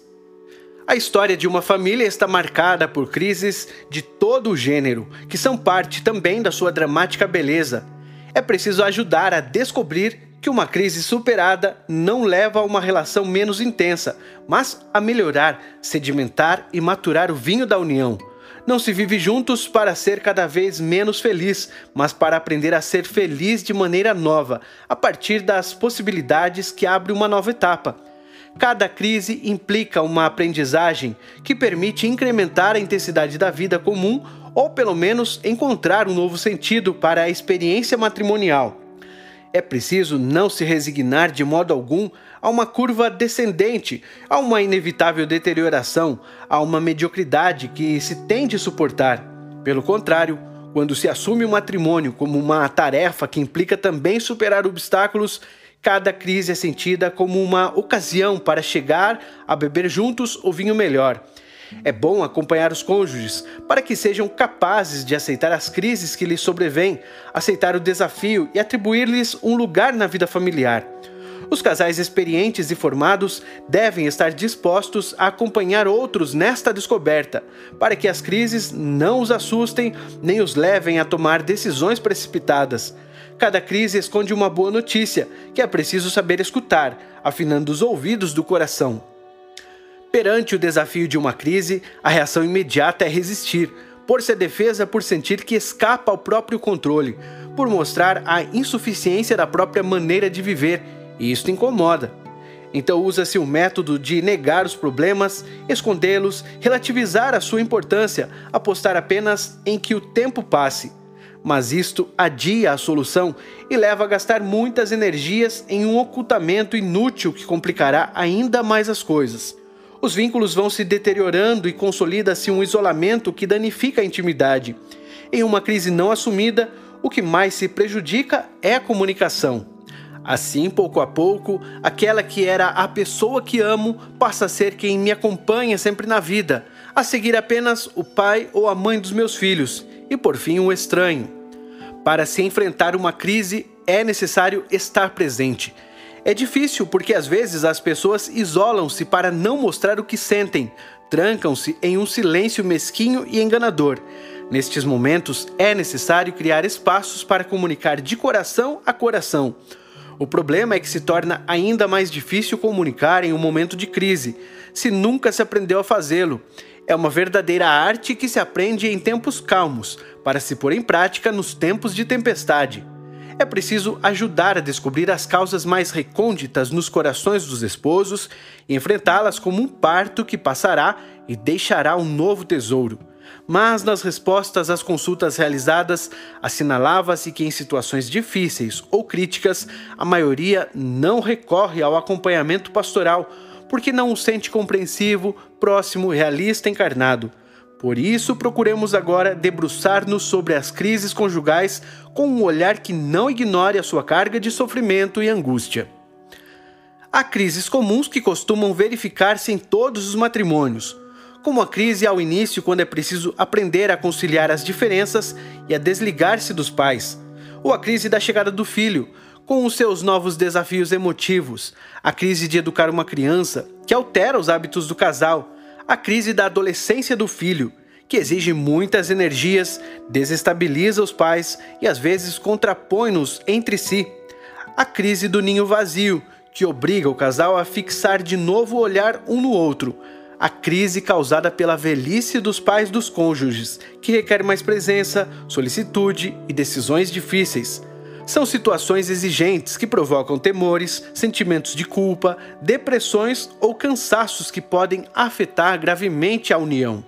A história de uma família está marcada por crises de todo o gênero, que são parte também da sua dramática beleza. É preciso ajudar a descobrir que uma crise superada não leva a uma relação menos intensa, mas a melhorar, sedimentar e maturar o vinho da união. Não se vive juntos para ser cada vez menos feliz, mas para aprender a ser feliz de maneira nova, a partir das possibilidades que abre uma nova etapa. Cada crise implica uma aprendizagem que permite incrementar a intensidade da vida comum ou, pelo menos, encontrar um novo sentido para a experiência matrimonial. É preciso não se resignar de modo algum a uma curva descendente, a uma inevitável deterioração, a uma mediocridade que se tem de suportar. Pelo contrário, quando se assume o matrimônio como uma tarefa que implica também superar obstáculos, cada crise é sentida como uma ocasião para chegar a beber juntos o vinho melhor. É bom acompanhar os cônjuges para que sejam capazes de aceitar as crises que lhes sobrevêm, aceitar o desafio e atribuir-lhes um lugar na vida familiar. Os casais experientes e formados devem estar dispostos a acompanhar outros nesta descoberta, para que as crises não os assustem nem os levem a tomar decisões precipitadas. Cada crise esconde uma boa notícia, que é preciso saber escutar, afinando os ouvidos do coração. Perante o desafio de uma crise, a reação imediata é resistir, pôr-se à defesa por sentir que escapa ao próprio controle, por mostrar a insuficiência da própria maneira de viver, e isto incomoda. Então usa-se o método de negar os problemas, escondê-los, relativizar a sua importância, apostar apenas em que o tempo passe. Mas isto adia a solução e leva a gastar muitas energias em um ocultamento inútil que complicará ainda mais as coisas. Os vínculos vão se deteriorando e consolida-se um isolamento que danifica a intimidade. Em uma crise não assumida, o que mais se prejudica é a comunicação. Assim, pouco a pouco, aquela que era a pessoa que amo passa a ser quem me acompanha sempre na vida, a seguir apenas o pai ou a mãe dos meus filhos e, por fim, um estranho. Para se enfrentar uma crise, é necessário estar presente. É difícil porque às vezes as pessoas isolam-se para não mostrar o que sentem, trancam-se em um silêncio mesquinho e enganador. Nestes momentos, é necessário criar espaços para comunicar de coração a coração. O problema é que se torna ainda mais difícil comunicar em um momento de crise, se nunca se aprendeu a fazê-lo. É uma verdadeira arte que se aprende em tempos calmos, para se pôr em prática nos tempos de tempestade. É preciso ajudar a descobrir as causas mais recônditas nos corações dos esposos e enfrentá-las como um parto que passará e deixará um novo tesouro. Mas nas respostas às consultas realizadas, assinalava-se que em situações difíceis ou críticas, a maioria não recorre ao acompanhamento pastoral, porque não o sente compreensivo, próximo, realista, encarnado. Por isso, procuremos agora debruçar-nos sobre as crises conjugais com um olhar que não ignore a sua carga de sofrimento e angústia. Há crises comuns que costumam verificar-se em todos os matrimônios, como a crise ao início, quando é preciso aprender a conciliar as diferenças e a desligar-se dos pais, ou a crise da chegada do filho, com os seus novos desafios emotivos, a crise de educar uma criança, que altera os hábitos do casal, a crise da adolescência do filho, que exige muitas energias, desestabiliza os pais e às vezes contrapõe-nos entre si, a crise do ninho vazio, que obriga o casal a fixar de novo o olhar um no outro, A crise causada pela velhice dos pais dos cônjuges, que requer mais presença, solicitude e decisões difíceis. São situações exigentes que provocam temores, sentimentos de culpa, depressões ou cansaços que podem afetar gravemente a união.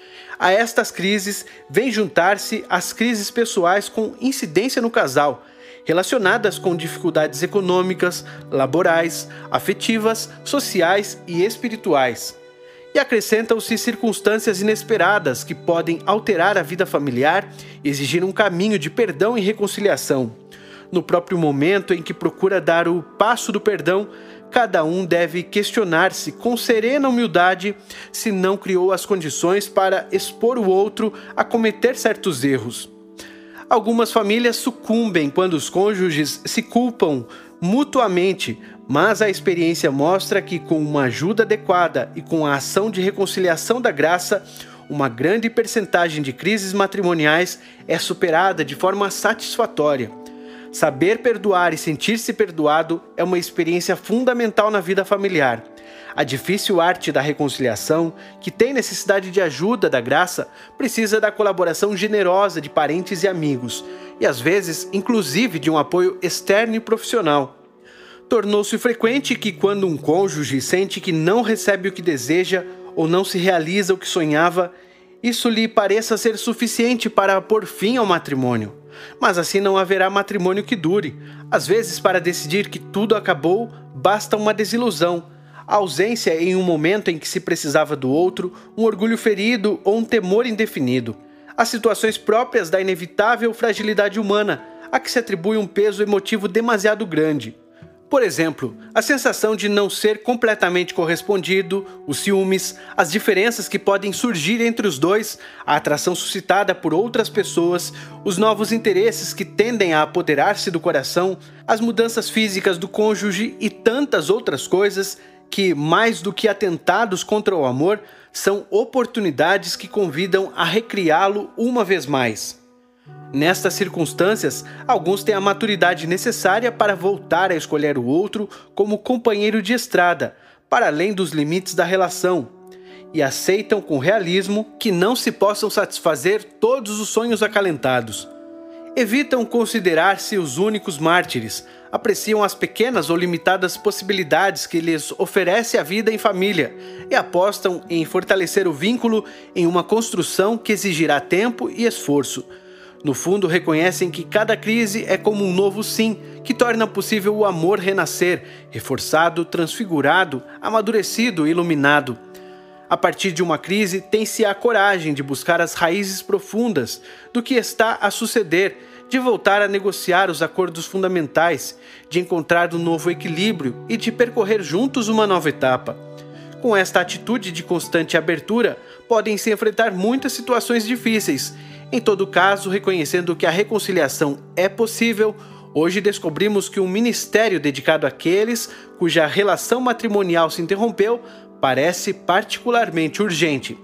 A estas crises vêm juntar-se as crises pessoais com incidência no casal, relacionadas com dificuldades econômicas, laborais, afetivas, sociais e espirituais. E acrescentam-se circunstâncias inesperadas que podem alterar a vida familiar e exigir um caminho de perdão e reconciliação. No próprio momento em que procura dar o passo do perdão, cada um deve questionar-se com serena humildade se não criou as condições para expor o outro a cometer certos erros. Algumas famílias sucumbem quando os cônjuges se culpam mutuamente, mas a experiência mostra que, com uma ajuda adequada e com a ação de reconciliação da graça, uma grande percentagem de crises matrimoniais é superada de forma satisfatória. Saber perdoar e sentir-se perdoado é uma experiência fundamental na vida familiar. A difícil arte da reconciliação, que tem necessidade de ajuda da graça, precisa da colaboração generosa de parentes e amigos, e às vezes, inclusive, de um apoio externo e profissional. Tornou-se frequente que, quando um cônjuge sente que não recebe o que deseja ou não se realiza o que sonhava, isso lhe pareça ser suficiente para pôr fim ao matrimônio. Mas assim não haverá matrimônio que dure. Às vezes, para decidir que tudo acabou, basta uma desilusão, a ausência em um momento em que se precisava do outro, um orgulho ferido ou um temor indefinido. As situações próprias da inevitável fragilidade humana, a que se atribui um peso emotivo demasiado grande. Por exemplo, a sensação de não ser completamente correspondido, os ciúmes, as diferenças que podem surgir entre os dois, a atração suscitada por outras pessoas, os novos interesses que tendem a apoderar-se do coração, as mudanças físicas do cônjuge e tantas outras coisas que, mais do que atentados contra o amor, são oportunidades que convidam a recriá-lo uma vez mais. Nestas circunstâncias, alguns têm a maturidade necessária para voltar a escolher o outro como companheiro de estrada, para além dos limites da relação, e aceitam com realismo que não se possam satisfazer todos os sonhos acalentados. Evitam considerar-se os únicos mártires, apreciam as pequenas ou limitadas possibilidades que lhes oferece a vida em família e apostam em fortalecer o vínculo em uma construção que exigirá tempo e esforço. No fundo, reconhecem que cada crise é como um novo sim, que torna possível o amor renascer, reforçado, transfigurado, amadurecido e iluminado. A partir de uma crise, tem-se a coragem de buscar as raízes profundas do que está a suceder, de voltar a negociar os acordos fundamentais, de encontrar um novo equilíbrio e de percorrer juntos uma nova etapa. Com esta atitude de constante abertura, podem se enfrentar muitas situações difíceis. Em todo caso, reconhecendo que a reconciliação é possível, hoje descobrimos que um ministério dedicado àqueles cuja relação matrimonial se interrompeu parece particularmente urgente.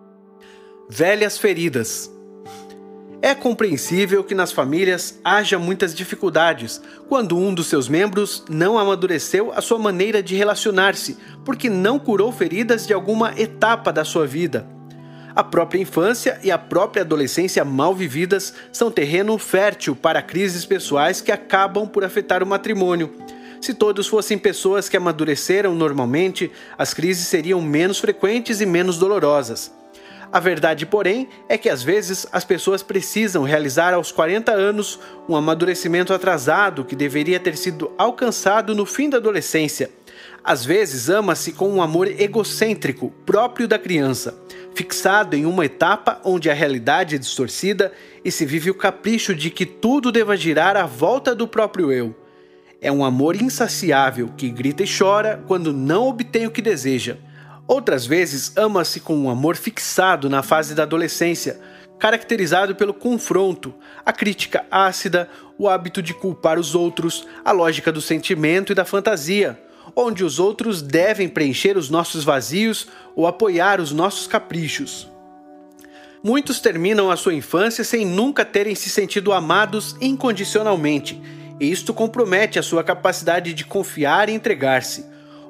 Velhas feridas. É compreensível que nas famílias haja muitas dificuldades quando um dos seus membros não amadureceu a sua maneira de relacionar-se, porque não curou feridas de alguma etapa da sua vida. A própria infância e a própria adolescência mal vividas são terreno fértil para crises pessoais que acabam por afetar o matrimônio. Se todos fossem pessoas que amadureceram normalmente, as crises seriam menos frequentes e menos dolorosas. A verdade, porém, é que às vezes as pessoas precisam realizar aos 40 anos um amadurecimento atrasado que deveria ter sido alcançado no fim da adolescência. Às vezes ama-se com um amor egocêntrico, próprio da criança, fixado em uma etapa onde a realidade é distorcida e se vive o capricho de que tudo deva girar à volta do próprio eu. É um amor insaciável que grita e chora quando não obtém o que deseja. Outras vezes ama-se com um amor fixado na fase da adolescência, caracterizado pelo confronto, a crítica ácida, o hábito de culpar os outros, a lógica do sentimento e da fantasia, onde os outros devem preencher os nossos vazios ou apoiar os nossos caprichos. Muitos terminam a sua infância sem nunca terem se sentido amados incondicionalmente, e isto compromete a sua capacidade de confiar e entregar-se.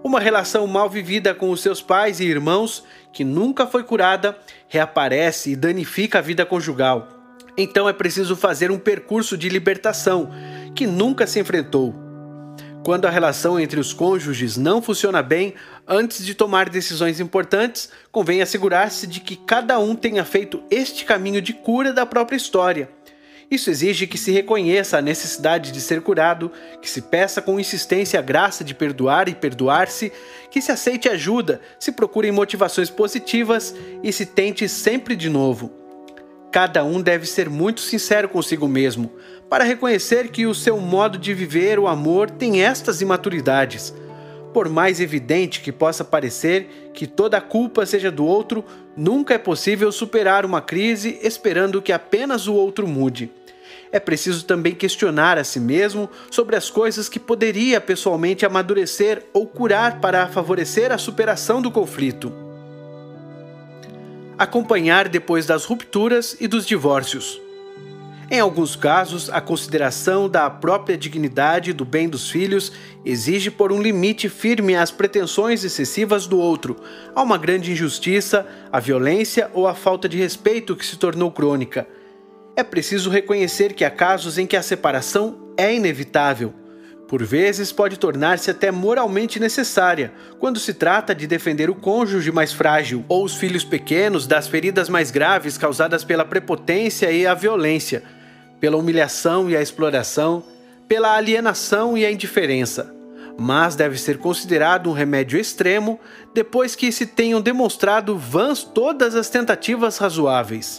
Uma relação mal vivida com os seus pais e irmãos, que nunca foi curada, reaparece e danifica a vida conjugal. Então é preciso fazer um percurso de libertação, que nunca se enfrentou. Quando a relação entre os cônjuges não funciona bem, antes de tomar decisões importantes, convém assegurar-se de que cada um tenha feito este caminho de cura da própria história. Isso exige que se reconheça a necessidade de ser curado, que se peça com insistência a graça de perdoar e perdoar-se, que se aceite ajuda, se procurem motivações positivas e se tente sempre de novo. Cada um deve ser muito sincero consigo mesmo, para reconhecer que o seu modo de viver o amor tem estas imaturidades. Por mais evidente que possa parecer que toda a culpa seja do outro, nunca é possível superar uma crise esperando que apenas o outro mude. É preciso também questionar a si mesmo sobre as coisas que poderia pessoalmente amadurecer ou curar para favorecer a superação do conflito. Acompanhar depois das rupturas e dos divórcios. Em alguns casos, a consideração da própria dignidade e do bem dos filhos exige pôr um limite firme às pretensões excessivas do outro, a uma grande injustiça, à violência ou à falta de respeito que se tornou crônica. É preciso reconhecer que há casos em que a separação é inevitável. Por vezes pode tornar-se até moralmente necessária, quando se trata de defender o cônjuge mais frágil ou os filhos pequenos das feridas mais graves causadas pela prepotência e a violência, pela humilhação e a exploração, pela alienação e a indiferença. Mas deve ser considerado um remédio extremo depois que se tenham demonstrado vãs todas as tentativas razoáveis.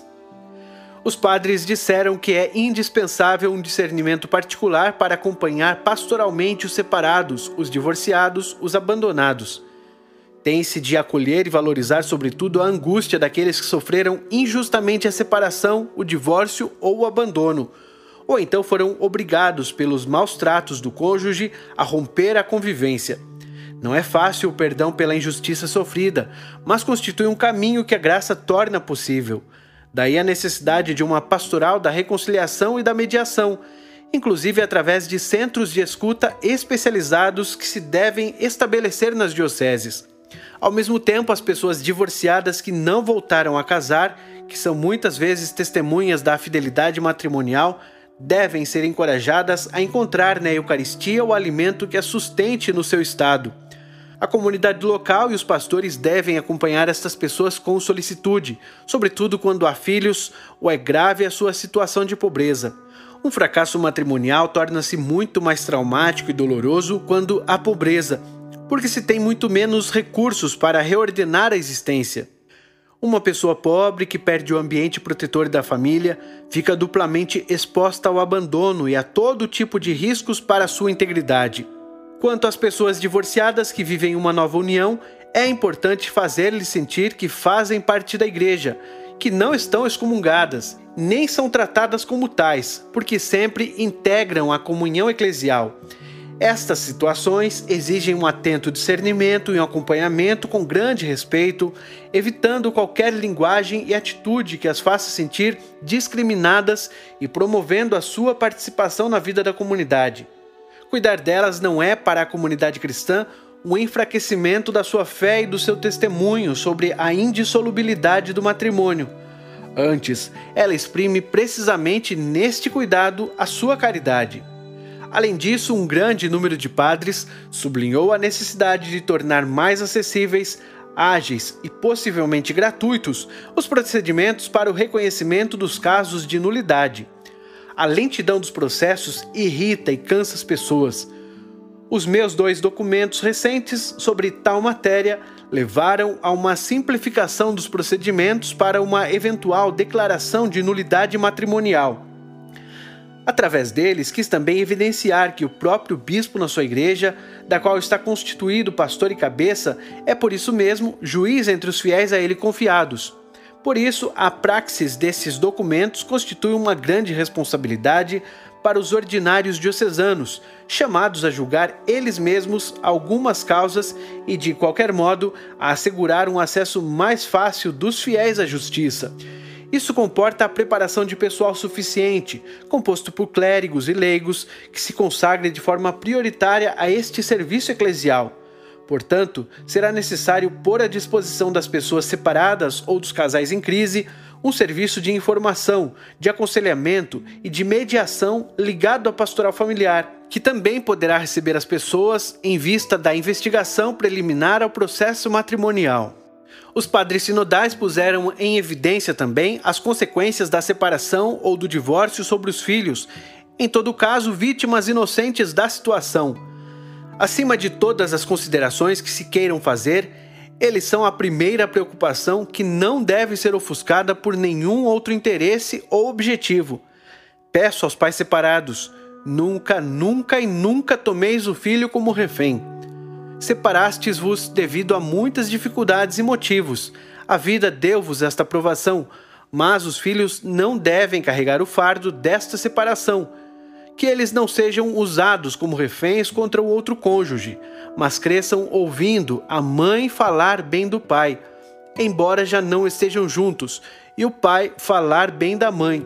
Os padres disseram que é indispensável um discernimento particular para acompanhar pastoralmente os separados, os divorciados, os abandonados. Tem-se de acolher e valorizar sobretudo a angústia daqueles que sofreram injustamente a separação, o divórcio ou o abandono, ou então foram obrigados pelos maus tratos do cônjuge a romper a convivência. Não é fácil o perdão pela injustiça sofrida, mas constitui um caminho que a graça torna possível. Daí a necessidade de uma pastoral da reconciliação e da mediação, inclusive através de centros de escuta especializados que se devem estabelecer nas dioceses. Ao mesmo tempo, as pessoas divorciadas que não voltaram a casar, que são muitas vezes testemunhas da fidelidade matrimonial, devem ser encorajadas a encontrar na Eucaristia o alimento que as sustente no seu estado. A comunidade local e os pastores devem acompanhar estas pessoas com solicitude, sobretudo quando há filhos ou é grave a sua situação de pobreza. Um fracasso matrimonial torna-se muito mais traumático e doloroso quando há pobreza, porque se tem muito menos recursos para reordenar a existência. Uma pessoa pobre que perde o ambiente protetor da família fica duplamente exposta ao abandono e a todo tipo de riscos para a sua integridade. Quanto às pessoas divorciadas que vivem uma nova união, é importante fazer-lhes sentir que fazem parte da igreja, que não estão excomungadas, nem são tratadas como tais, porque sempre integram a comunhão eclesial. Estas situações exigem um atento discernimento e um acompanhamento com grande respeito, evitando qualquer linguagem e atitude que as faça sentir discriminadas e promovendo a sua participação na vida da comunidade. Cuidar delas não é, para a comunidade cristã, um enfraquecimento da sua fé e do seu testemunho sobre a indissolubilidade do matrimônio. Antes, ela exprime precisamente neste cuidado a sua caridade. Além disso, um grande número de padres sublinhou a necessidade de tornar mais acessíveis, ágeis e possivelmente gratuitos os procedimentos para o reconhecimento dos casos de nulidade. A lentidão dos processos irrita e cansa as pessoas. Os meus 2 documentos recentes sobre tal matéria levaram a uma simplificação dos procedimentos para uma eventual declaração de nulidade matrimonial. Através deles, quis também evidenciar que o próprio bispo na sua igreja, da qual está constituído pastor e cabeça, é por isso mesmo juiz entre os fiéis a ele confiados. Por isso, a praxis desses documentos constitui uma grande responsabilidade para os ordinários diocesanos, chamados a julgar eles mesmos algumas causas e, de qualquer modo, a assegurar um acesso mais fácil dos fiéis à justiça. Isso comporta a preparação de pessoal suficiente, composto por clérigos e leigos, que se consagre de forma prioritária a este serviço eclesial. Portanto, será necessário pôr à disposição das pessoas separadas ou dos casais em crise um serviço de informação, de aconselhamento e de mediação ligado à pastoral familiar, que também poderá receber as pessoas em vista da investigação preliminar ao processo matrimonial. Os padres sinodais puseram em evidência também as consequências da separação ou do divórcio sobre os filhos, em todo caso vítimas inocentes da situação. Acima de todas as considerações que se queiram fazer, eles são a primeira preocupação que não deve ser ofuscada por nenhum outro interesse ou objetivo. Peço aos pais separados, nunca, nunca e nunca tomeis o filho como refém. Separastes-vos devido a muitas dificuldades e motivos. A vida deu-vos esta provação, mas os filhos não devem carregar o fardo desta separação. Que eles não sejam usados como reféns contra o outro cônjuge, mas cresçam ouvindo a mãe falar bem do pai, embora já não estejam juntos, e o pai falar bem da mãe.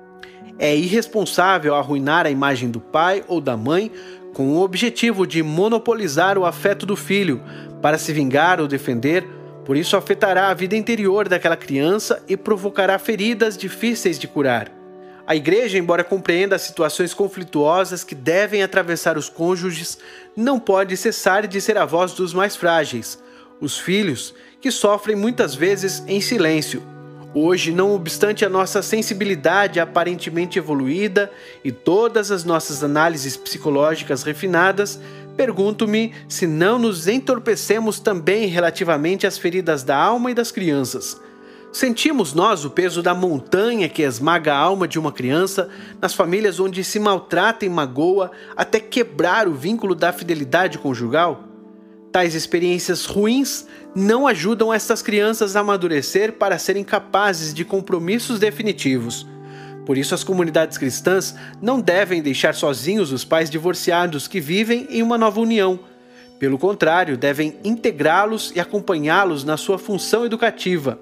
É irresponsável arruinar a imagem do pai ou da mãe com o objetivo de monopolizar o afeto do filho para se vingar ou defender, por isso afetará a vida interior daquela criança e provocará feridas difíceis de curar. A Igreja, embora compreenda as situações conflituosas que devem atravessar os cônjuges, não pode cessar de ser a voz dos mais frágeis, os filhos, que sofrem muitas vezes em silêncio. Hoje, não obstante a nossa sensibilidade aparentemente evoluída e todas as nossas análises psicológicas refinadas, pergunto-me se não nos entorpecemos também relativamente às feridas da alma e das crianças. Sentimos nós o peso da montanha que esmaga a alma de uma criança nas famílias onde se maltrata e magoa até quebrar o vínculo da fidelidade conjugal? Tais experiências ruins não ajudam estas crianças a amadurecer para serem capazes de compromissos definitivos. Por isso, as comunidades cristãs não devem deixar sozinhos os pais divorciados que vivem em uma nova união. Pelo contrário, devem integrá-los e acompanhá-los na sua função educativa.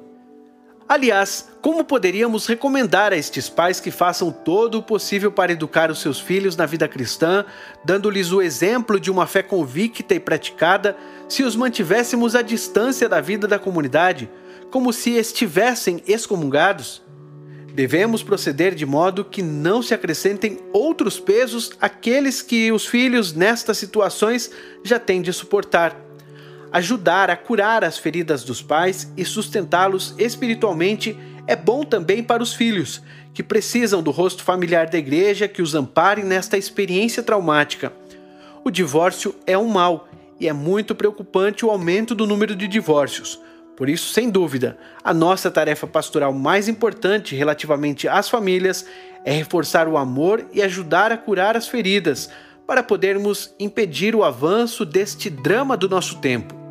Aliás, como poderíamos recomendar a estes pais que façam todo o possível para educar os seus filhos na vida cristã, dando-lhes o exemplo de uma fé convicta e praticada, se os mantivéssemos à distância da vida da comunidade, como se estivessem excomungados? Devemos proceder de modo que não se acrescentem outros pesos àqueles que os filhos nestas situações já têm de suportar. Ajudar a curar as feridas dos pais e sustentá-los espiritualmente é bom também para os filhos, que precisam do rosto familiar da Igreja que os ampare nesta experiência traumática. O divórcio é um mal e é muito preocupante o aumento do número de divórcios. Por isso, sem dúvida, a nossa tarefa pastoral mais importante relativamente às famílias é reforçar o amor e ajudar a curar as feridas, para podermos impedir o avanço deste drama do nosso tempo.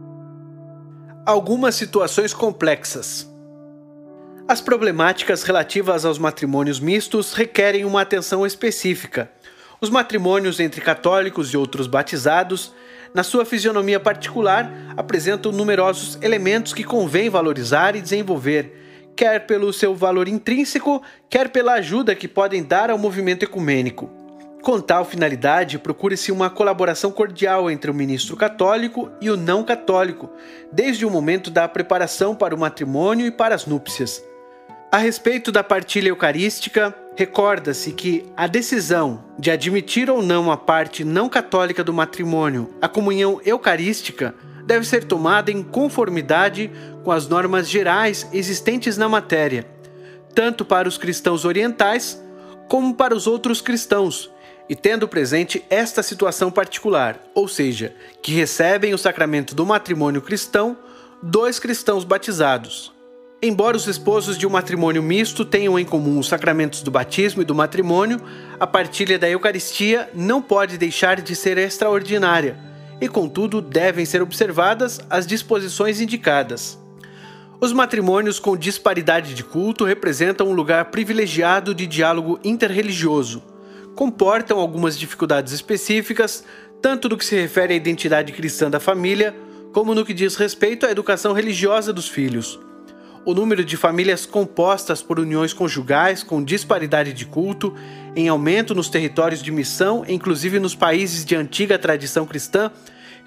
Algumas situações complexas. As problemáticas relativas aos matrimônios mistos requerem uma atenção específica. Os matrimônios entre católicos e outros batizados, na sua fisionomia particular, apresentam numerosos elementos que convém valorizar e desenvolver, quer pelo seu valor intrínseco, quer pela ajuda que podem dar ao movimento ecumênico. Com tal finalidade, procure-se uma colaboração cordial entre o ministro católico e o não católico, desde o momento da preparação para o matrimônio e para as núpcias. A respeito da partilha eucarística, recorda-se que a decisão de admitir ou não a parte não católica do matrimônio, a comunhão eucarística, deve ser tomada em conformidade com as normas gerais existentes na matéria, tanto para os cristãos orientais como para os outros cristãos, e tendo presente esta situação particular, ou seja, que recebem o sacramento do matrimônio cristão 2 cristãos batizados. Embora os esposos de um matrimônio misto tenham em comum os sacramentos do batismo e do matrimônio, a partilha da Eucaristia não pode deixar de ser extraordinária, e contudo devem ser observadas as disposições indicadas. Os matrimônios com disparidade de culto representam um lugar privilegiado de diálogo interreligioso. Comportam algumas dificuldades específicas, tanto no que se refere à identidade cristã da família, como no que diz respeito à educação religiosa dos filhos. O número de famílias compostas por uniões conjugais com disparidade de culto, em aumento nos territórios de missão, inclusive nos países de antiga tradição cristã,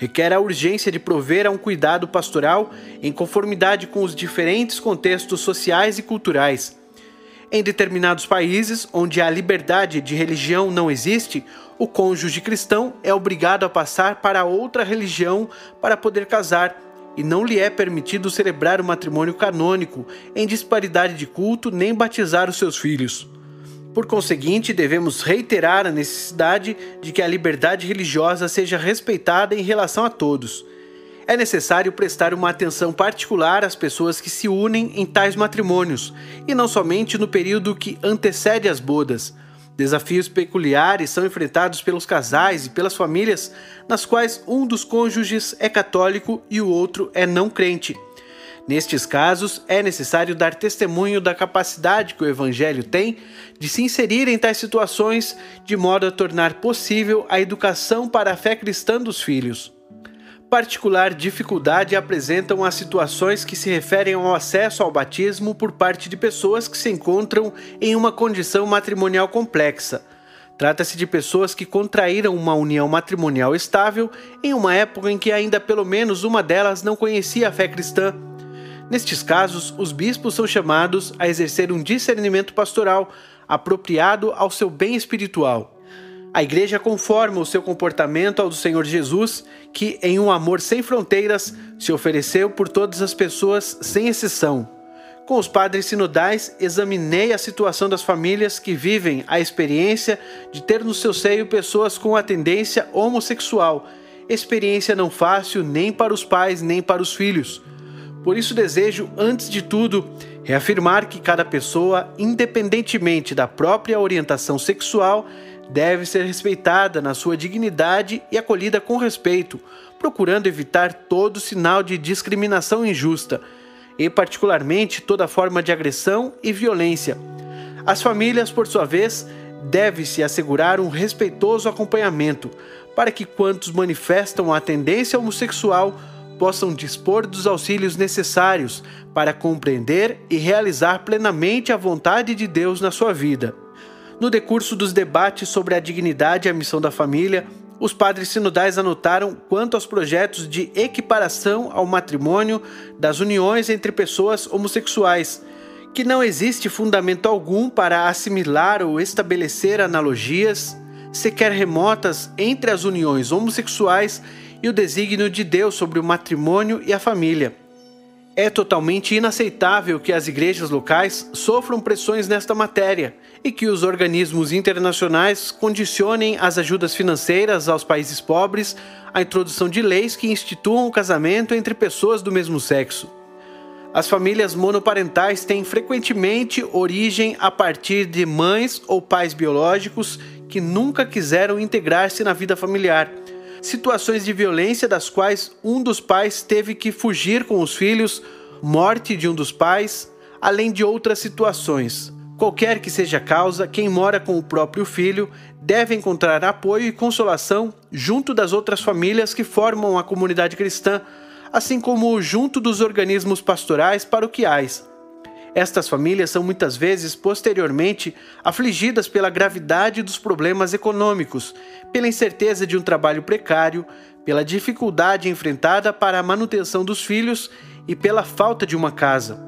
requer a urgência de prover a um cuidado pastoral em conformidade com os diferentes contextos sociais e culturais. Em determinados países, onde a liberdade de religião não existe, o cônjuge cristão é obrigado a passar para outra religião para poder casar, e não lhe é permitido celebrar o matrimônio canônico em disparidade de culto nem batizar os seus filhos. Por conseguinte, devemos reiterar a necessidade de que a liberdade religiosa seja respeitada em relação a todos. É necessário prestar uma atenção particular às pessoas que se unem em tais matrimônios, e não somente no período que antecede as bodas. Desafios peculiares são enfrentados pelos casais e pelas famílias nas quais um dos cônjuges é católico e o outro é não crente. Nestes casos, é necessário dar testemunho da capacidade que o Evangelho tem de se inserir em tais situações, de modo a tornar possível a educação para a fé cristã dos filhos. Particular dificuldade apresentam as situações que se referem ao acesso ao batismo por parte de pessoas que se encontram em uma condição matrimonial complexa. Trata-se de pessoas que contraíram uma união matrimonial estável em uma época em que ainda pelo menos uma delas não conhecia a fé cristã. Nestes casos, os bispos são chamados a exercer um discernimento pastoral apropriado ao seu bem espiritual. A Igreja conforma o seu comportamento ao do Senhor Jesus, que, em um amor sem fronteiras, se ofereceu por todas as pessoas sem exceção. Com os padres sinodais, examinei a situação das famílias que vivem a experiência de ter no seu seio pessoas com a tendência homossexual, experiência não fácil nem para os pais nem para os filhos. Por isso desejo, antes de tudo, reafirmar que cada pessoa, independentemente da própria orientação sexual, deve ser respeitada na sua dignidade e acolhida com respeito, procurando evitar todo sinal de discriminação injusta, e particularmente toda forma de agressão e violência. As famílias, por sua vez, deve-se assegurar um respeitoso acompanhamento, para que quantos manifestam a tendência homossexual possam dispor dos auxílios necessários para compreender e realizar plenamente a vontade de Deus na sua vida. No decurso dos debates sobre a dignidade e a missão da família, os padres sinodais anotaram quanto aos projetos de equiparação ao matrimônio das uniões entre pessoas homossexuais, que não existe fundamento algum para assimilar ou estabelecer analogias, sequer remotas, entre as uniões homossexuais e o desígnio de Deus sobre o matrimônio e a família. É totalmente inaceitável que as igrejas locais sofram pressões nesta matéria e que os organismos internacionais condicionem as ajudas financeiras aos países pobres à introdução de leis que instituam o casamento entre pessoas do mesmo sexo. As famílias monoparentais têm frequentemente origem a partir de mães ou pais biológicos que nunca quiseram integrar-se na vida familiar. Situações de violência das quais um dos pais teve que fugir com os filhos, morte de um dos pais, além de outras situações. Qualquer que seja a causa, quem mora com o próprio filho deve encontrar apoio e consolação junto das outras famílias que formam a comunidade cristã, assim como junto dos organismos pastorais paroquiais. Estas famílias são muitas vezes posteriormente afligidas pela gravidade dos problemas econômicos, pela incerteza de um trabalho precário, pela dificuldade enfrentada para a manutenção dos filhos e pela falta de uma casa.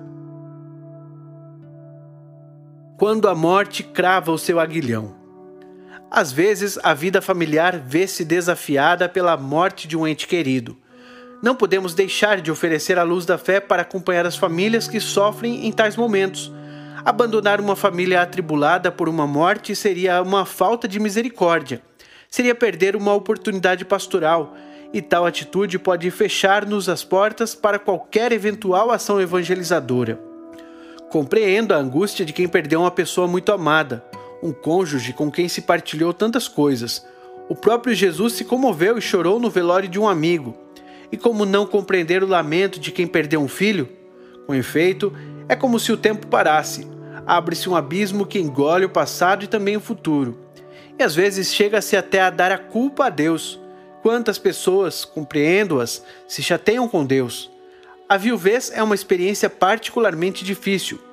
Quando a morte crava o seu aguilhão. Às vezes, a vida familiar vê-se desafiada pela morte de um ente querido. Não podemos deixar de oferecer a luz da fé para acompanhar as famílias que sofrem em tais momentos. Abandonar uma família atribulada por uma morte seria uma falta de misericórdia. Seria perder uma oportunidade pastoral, e tal atitude pode fechar-nos as portas para qualquer eventual ação evangelizadora. Compreendo a angústia de quem perdeu uma pessoa muito amada, um cônjuge com quem se partilhou tantas coisas. O próprio Jesus se comoveu e chorou no velório de um amigo. E como não compreender o lamento de quem perdeu um filho? Com efeito, é como se o tempo parasse. Abre-se um abismo que engole o passado e também o futuro. E às vezes chega-se até a dar a culpa a Deus. Quantas pessoas, compreendo-as, se chateiam com Deus? A viuvez é uma experiência particularmente difícil.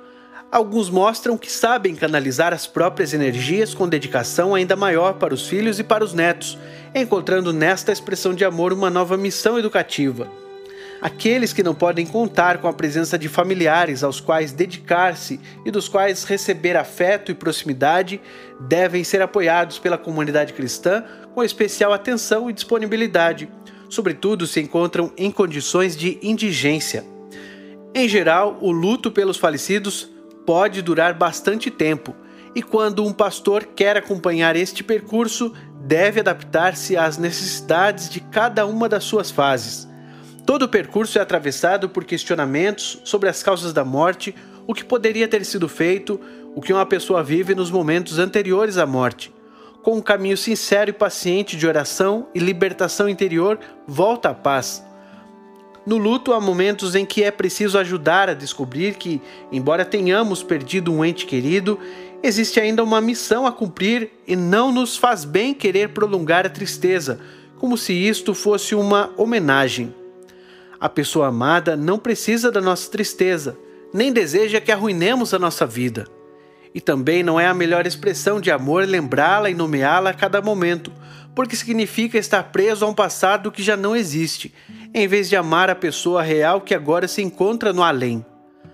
Alguns mostram que sabem canalizar as próprias energias com dedicação ainda maior para os filhos e para os netos, encontrando nesta expressão de amor uma nova missão educativa. Aqueles que não podem contar com a presença de familiares aos quais dedicar-se e dos quais receber afeto e proximidade devem ser apoiados pela comunidade cristã com especial atenção e disponibilidade, sobretudo se encontram em condições de indigência. Em geral, o luto pelos falecidos pode durar bastante tempo, e quando um pastor quer acompanhar este percurso, deve adaptar-se às necessidades de cada uma das suas fases. Todo o percurso é atravessado por questionamentos sobre as causas da morte, o que poderia ter sido feito, o que uma pessoa vive nos momentos anteriores à morte. Com um caminho sincero e paciente de oração e libertação interior, volta à paz. No luto, há momentos em que é preciso ajudar a descobrir que, embora tenhamos perdido um ente querido, existe ainda uma missão a cumprir e não nos faz bem querer prolongar a tristeza, como se isto fosse uma homenagem. A pessoa amada não precisa da nossa tristeza, nem deseja que arruinemos a nossa vida. E também não é a melhor expressão de amor lembrá-la e nomeá-la a cada momento, porque significa estar preso a um passado que já não existe, em vez de amar a pessoa real que agora se encontra no além.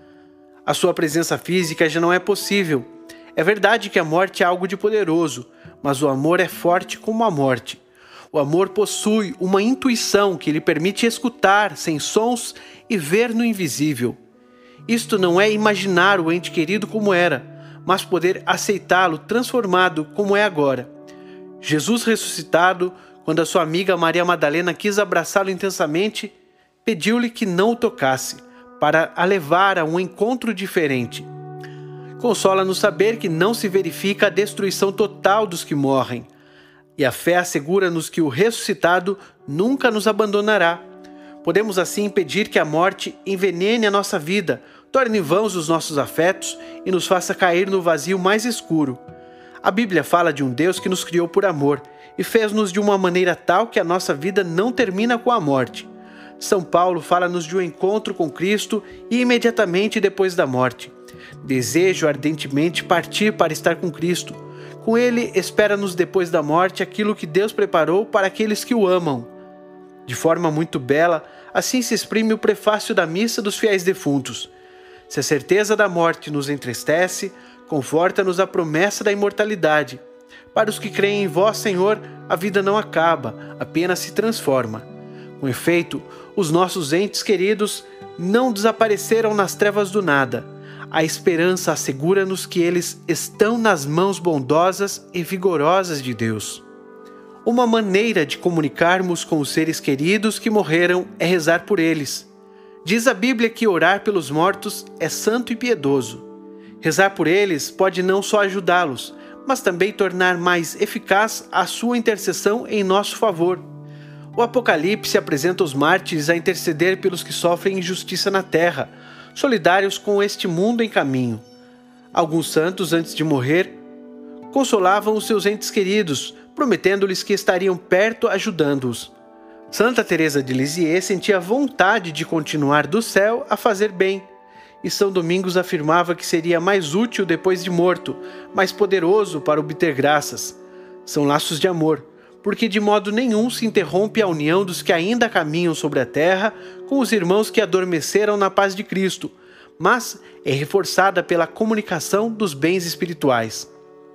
A sua presença física já não é possível. É verdade que a morte é algo de poderoso, mas o amor é forte como a morte. O amor possui uma intuição que lhe permite escutar sem sons e ver no invisível. Isto não é imaginar o ente querido como era, mas poder aceitá-lo transformado como é agora. Jesus ressuscitado, quando a sua amiga Maria Madalena quis abraçá-lo intensamente, pediu-lhe que não o tocasse, para a levar a um encontro diferente. Consola-nos saber que não se verifica a destruição total dos que morrem, e a fé assegura-nos que o ressuscitado nunca nos abandonará. Podemos assim impedir que a morte envenene a nossa vida, torne vãos os nossos afetos e nos faça cair no vazio mais escuro. A Bíblia fala de um Deus que nos criou por amor e fez-nos de uma maneira tal que a nossa vida não termina com a morte. São Paulo fala-nos de um encontro com Cristo e imediatamente depois da morte. Desejo ardentemente partir para estar com Cristo. Com Ele espera-nos depois da morte aquilo que Deus preparou para aqueles que o amam. De forma muito bela, assim se exprime o prefácio da missa dos fiéis defuntos. Se a certeza da morte nos entristece, conforta-nos a promessa da imortalidade. Para os que creem em vós, Senhor, a vida não acaba, apenas se transforma. Com efeito, os nossos entes queridos não desapareceram nas trevas do nada. A esperança assegura-nos que eles estão nas mãos bondosas e vigorosas de Deus. Uma maneira de comunicarmos com os seres queridos que morreram é rezar por eles. Diz a Bíblia que orar pelos mortos é santo e piedoso. Rezar por eles pode não só ajudá-los, mas também tornar mais eficaz a sua intercessão em nosso favor. O Apocalipse apresenta os mártires a interceder pelos que sofrem injustiça na terra, solidários com este mundo em caminho. Alguns santos, antes de morrer, consolavam os seus entes queridos, prometendo-lhes que estariam perto ajudando-os. Santa Teresa de Lisieux sentia vontade de continuar do céu a fazer bem, e São Domingos afirmava que seria mais útil depois de morto, mais poderoso para obter graças. São laços de amor, porque de modo nenhum se interrompe a união dos que ainda caminham sobre a terra com os irmãos que adormeceram na paz de Cristo, mas é reforçada pela comunicação dos bens espirituais.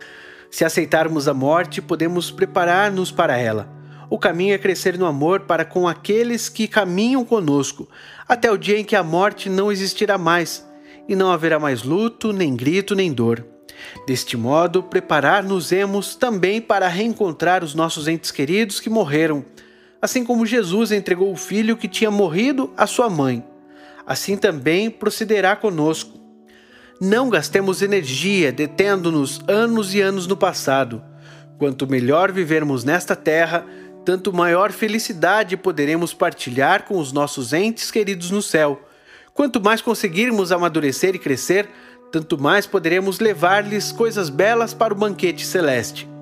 Se aceitarmos a morte, podemos preparar-nos para ela. O caminho é crescer no amor para com aqueles que caminham conosco, até o dia em que a morte não existirá mais, e não haverá mais luto, nem grito, nem dor. Deste modo, preparar-nos-emos também para reencontrar os nossos entes queridos que morreram, assim como Jesus entregou o filho que tinha morrido à sua mãe. Assim também procederá conosco. Não gastemos energia detendo-nos anos e anos no passado. Quanto melhor vivermos nesta terra, tanto maior felicidade poderemos partilhar com os nossos entes queridos no céu. Quanto mais conseguirmos amadurecer e crescer, tanto mais poderemos levar-lhes coisas belas para o banquete celeste.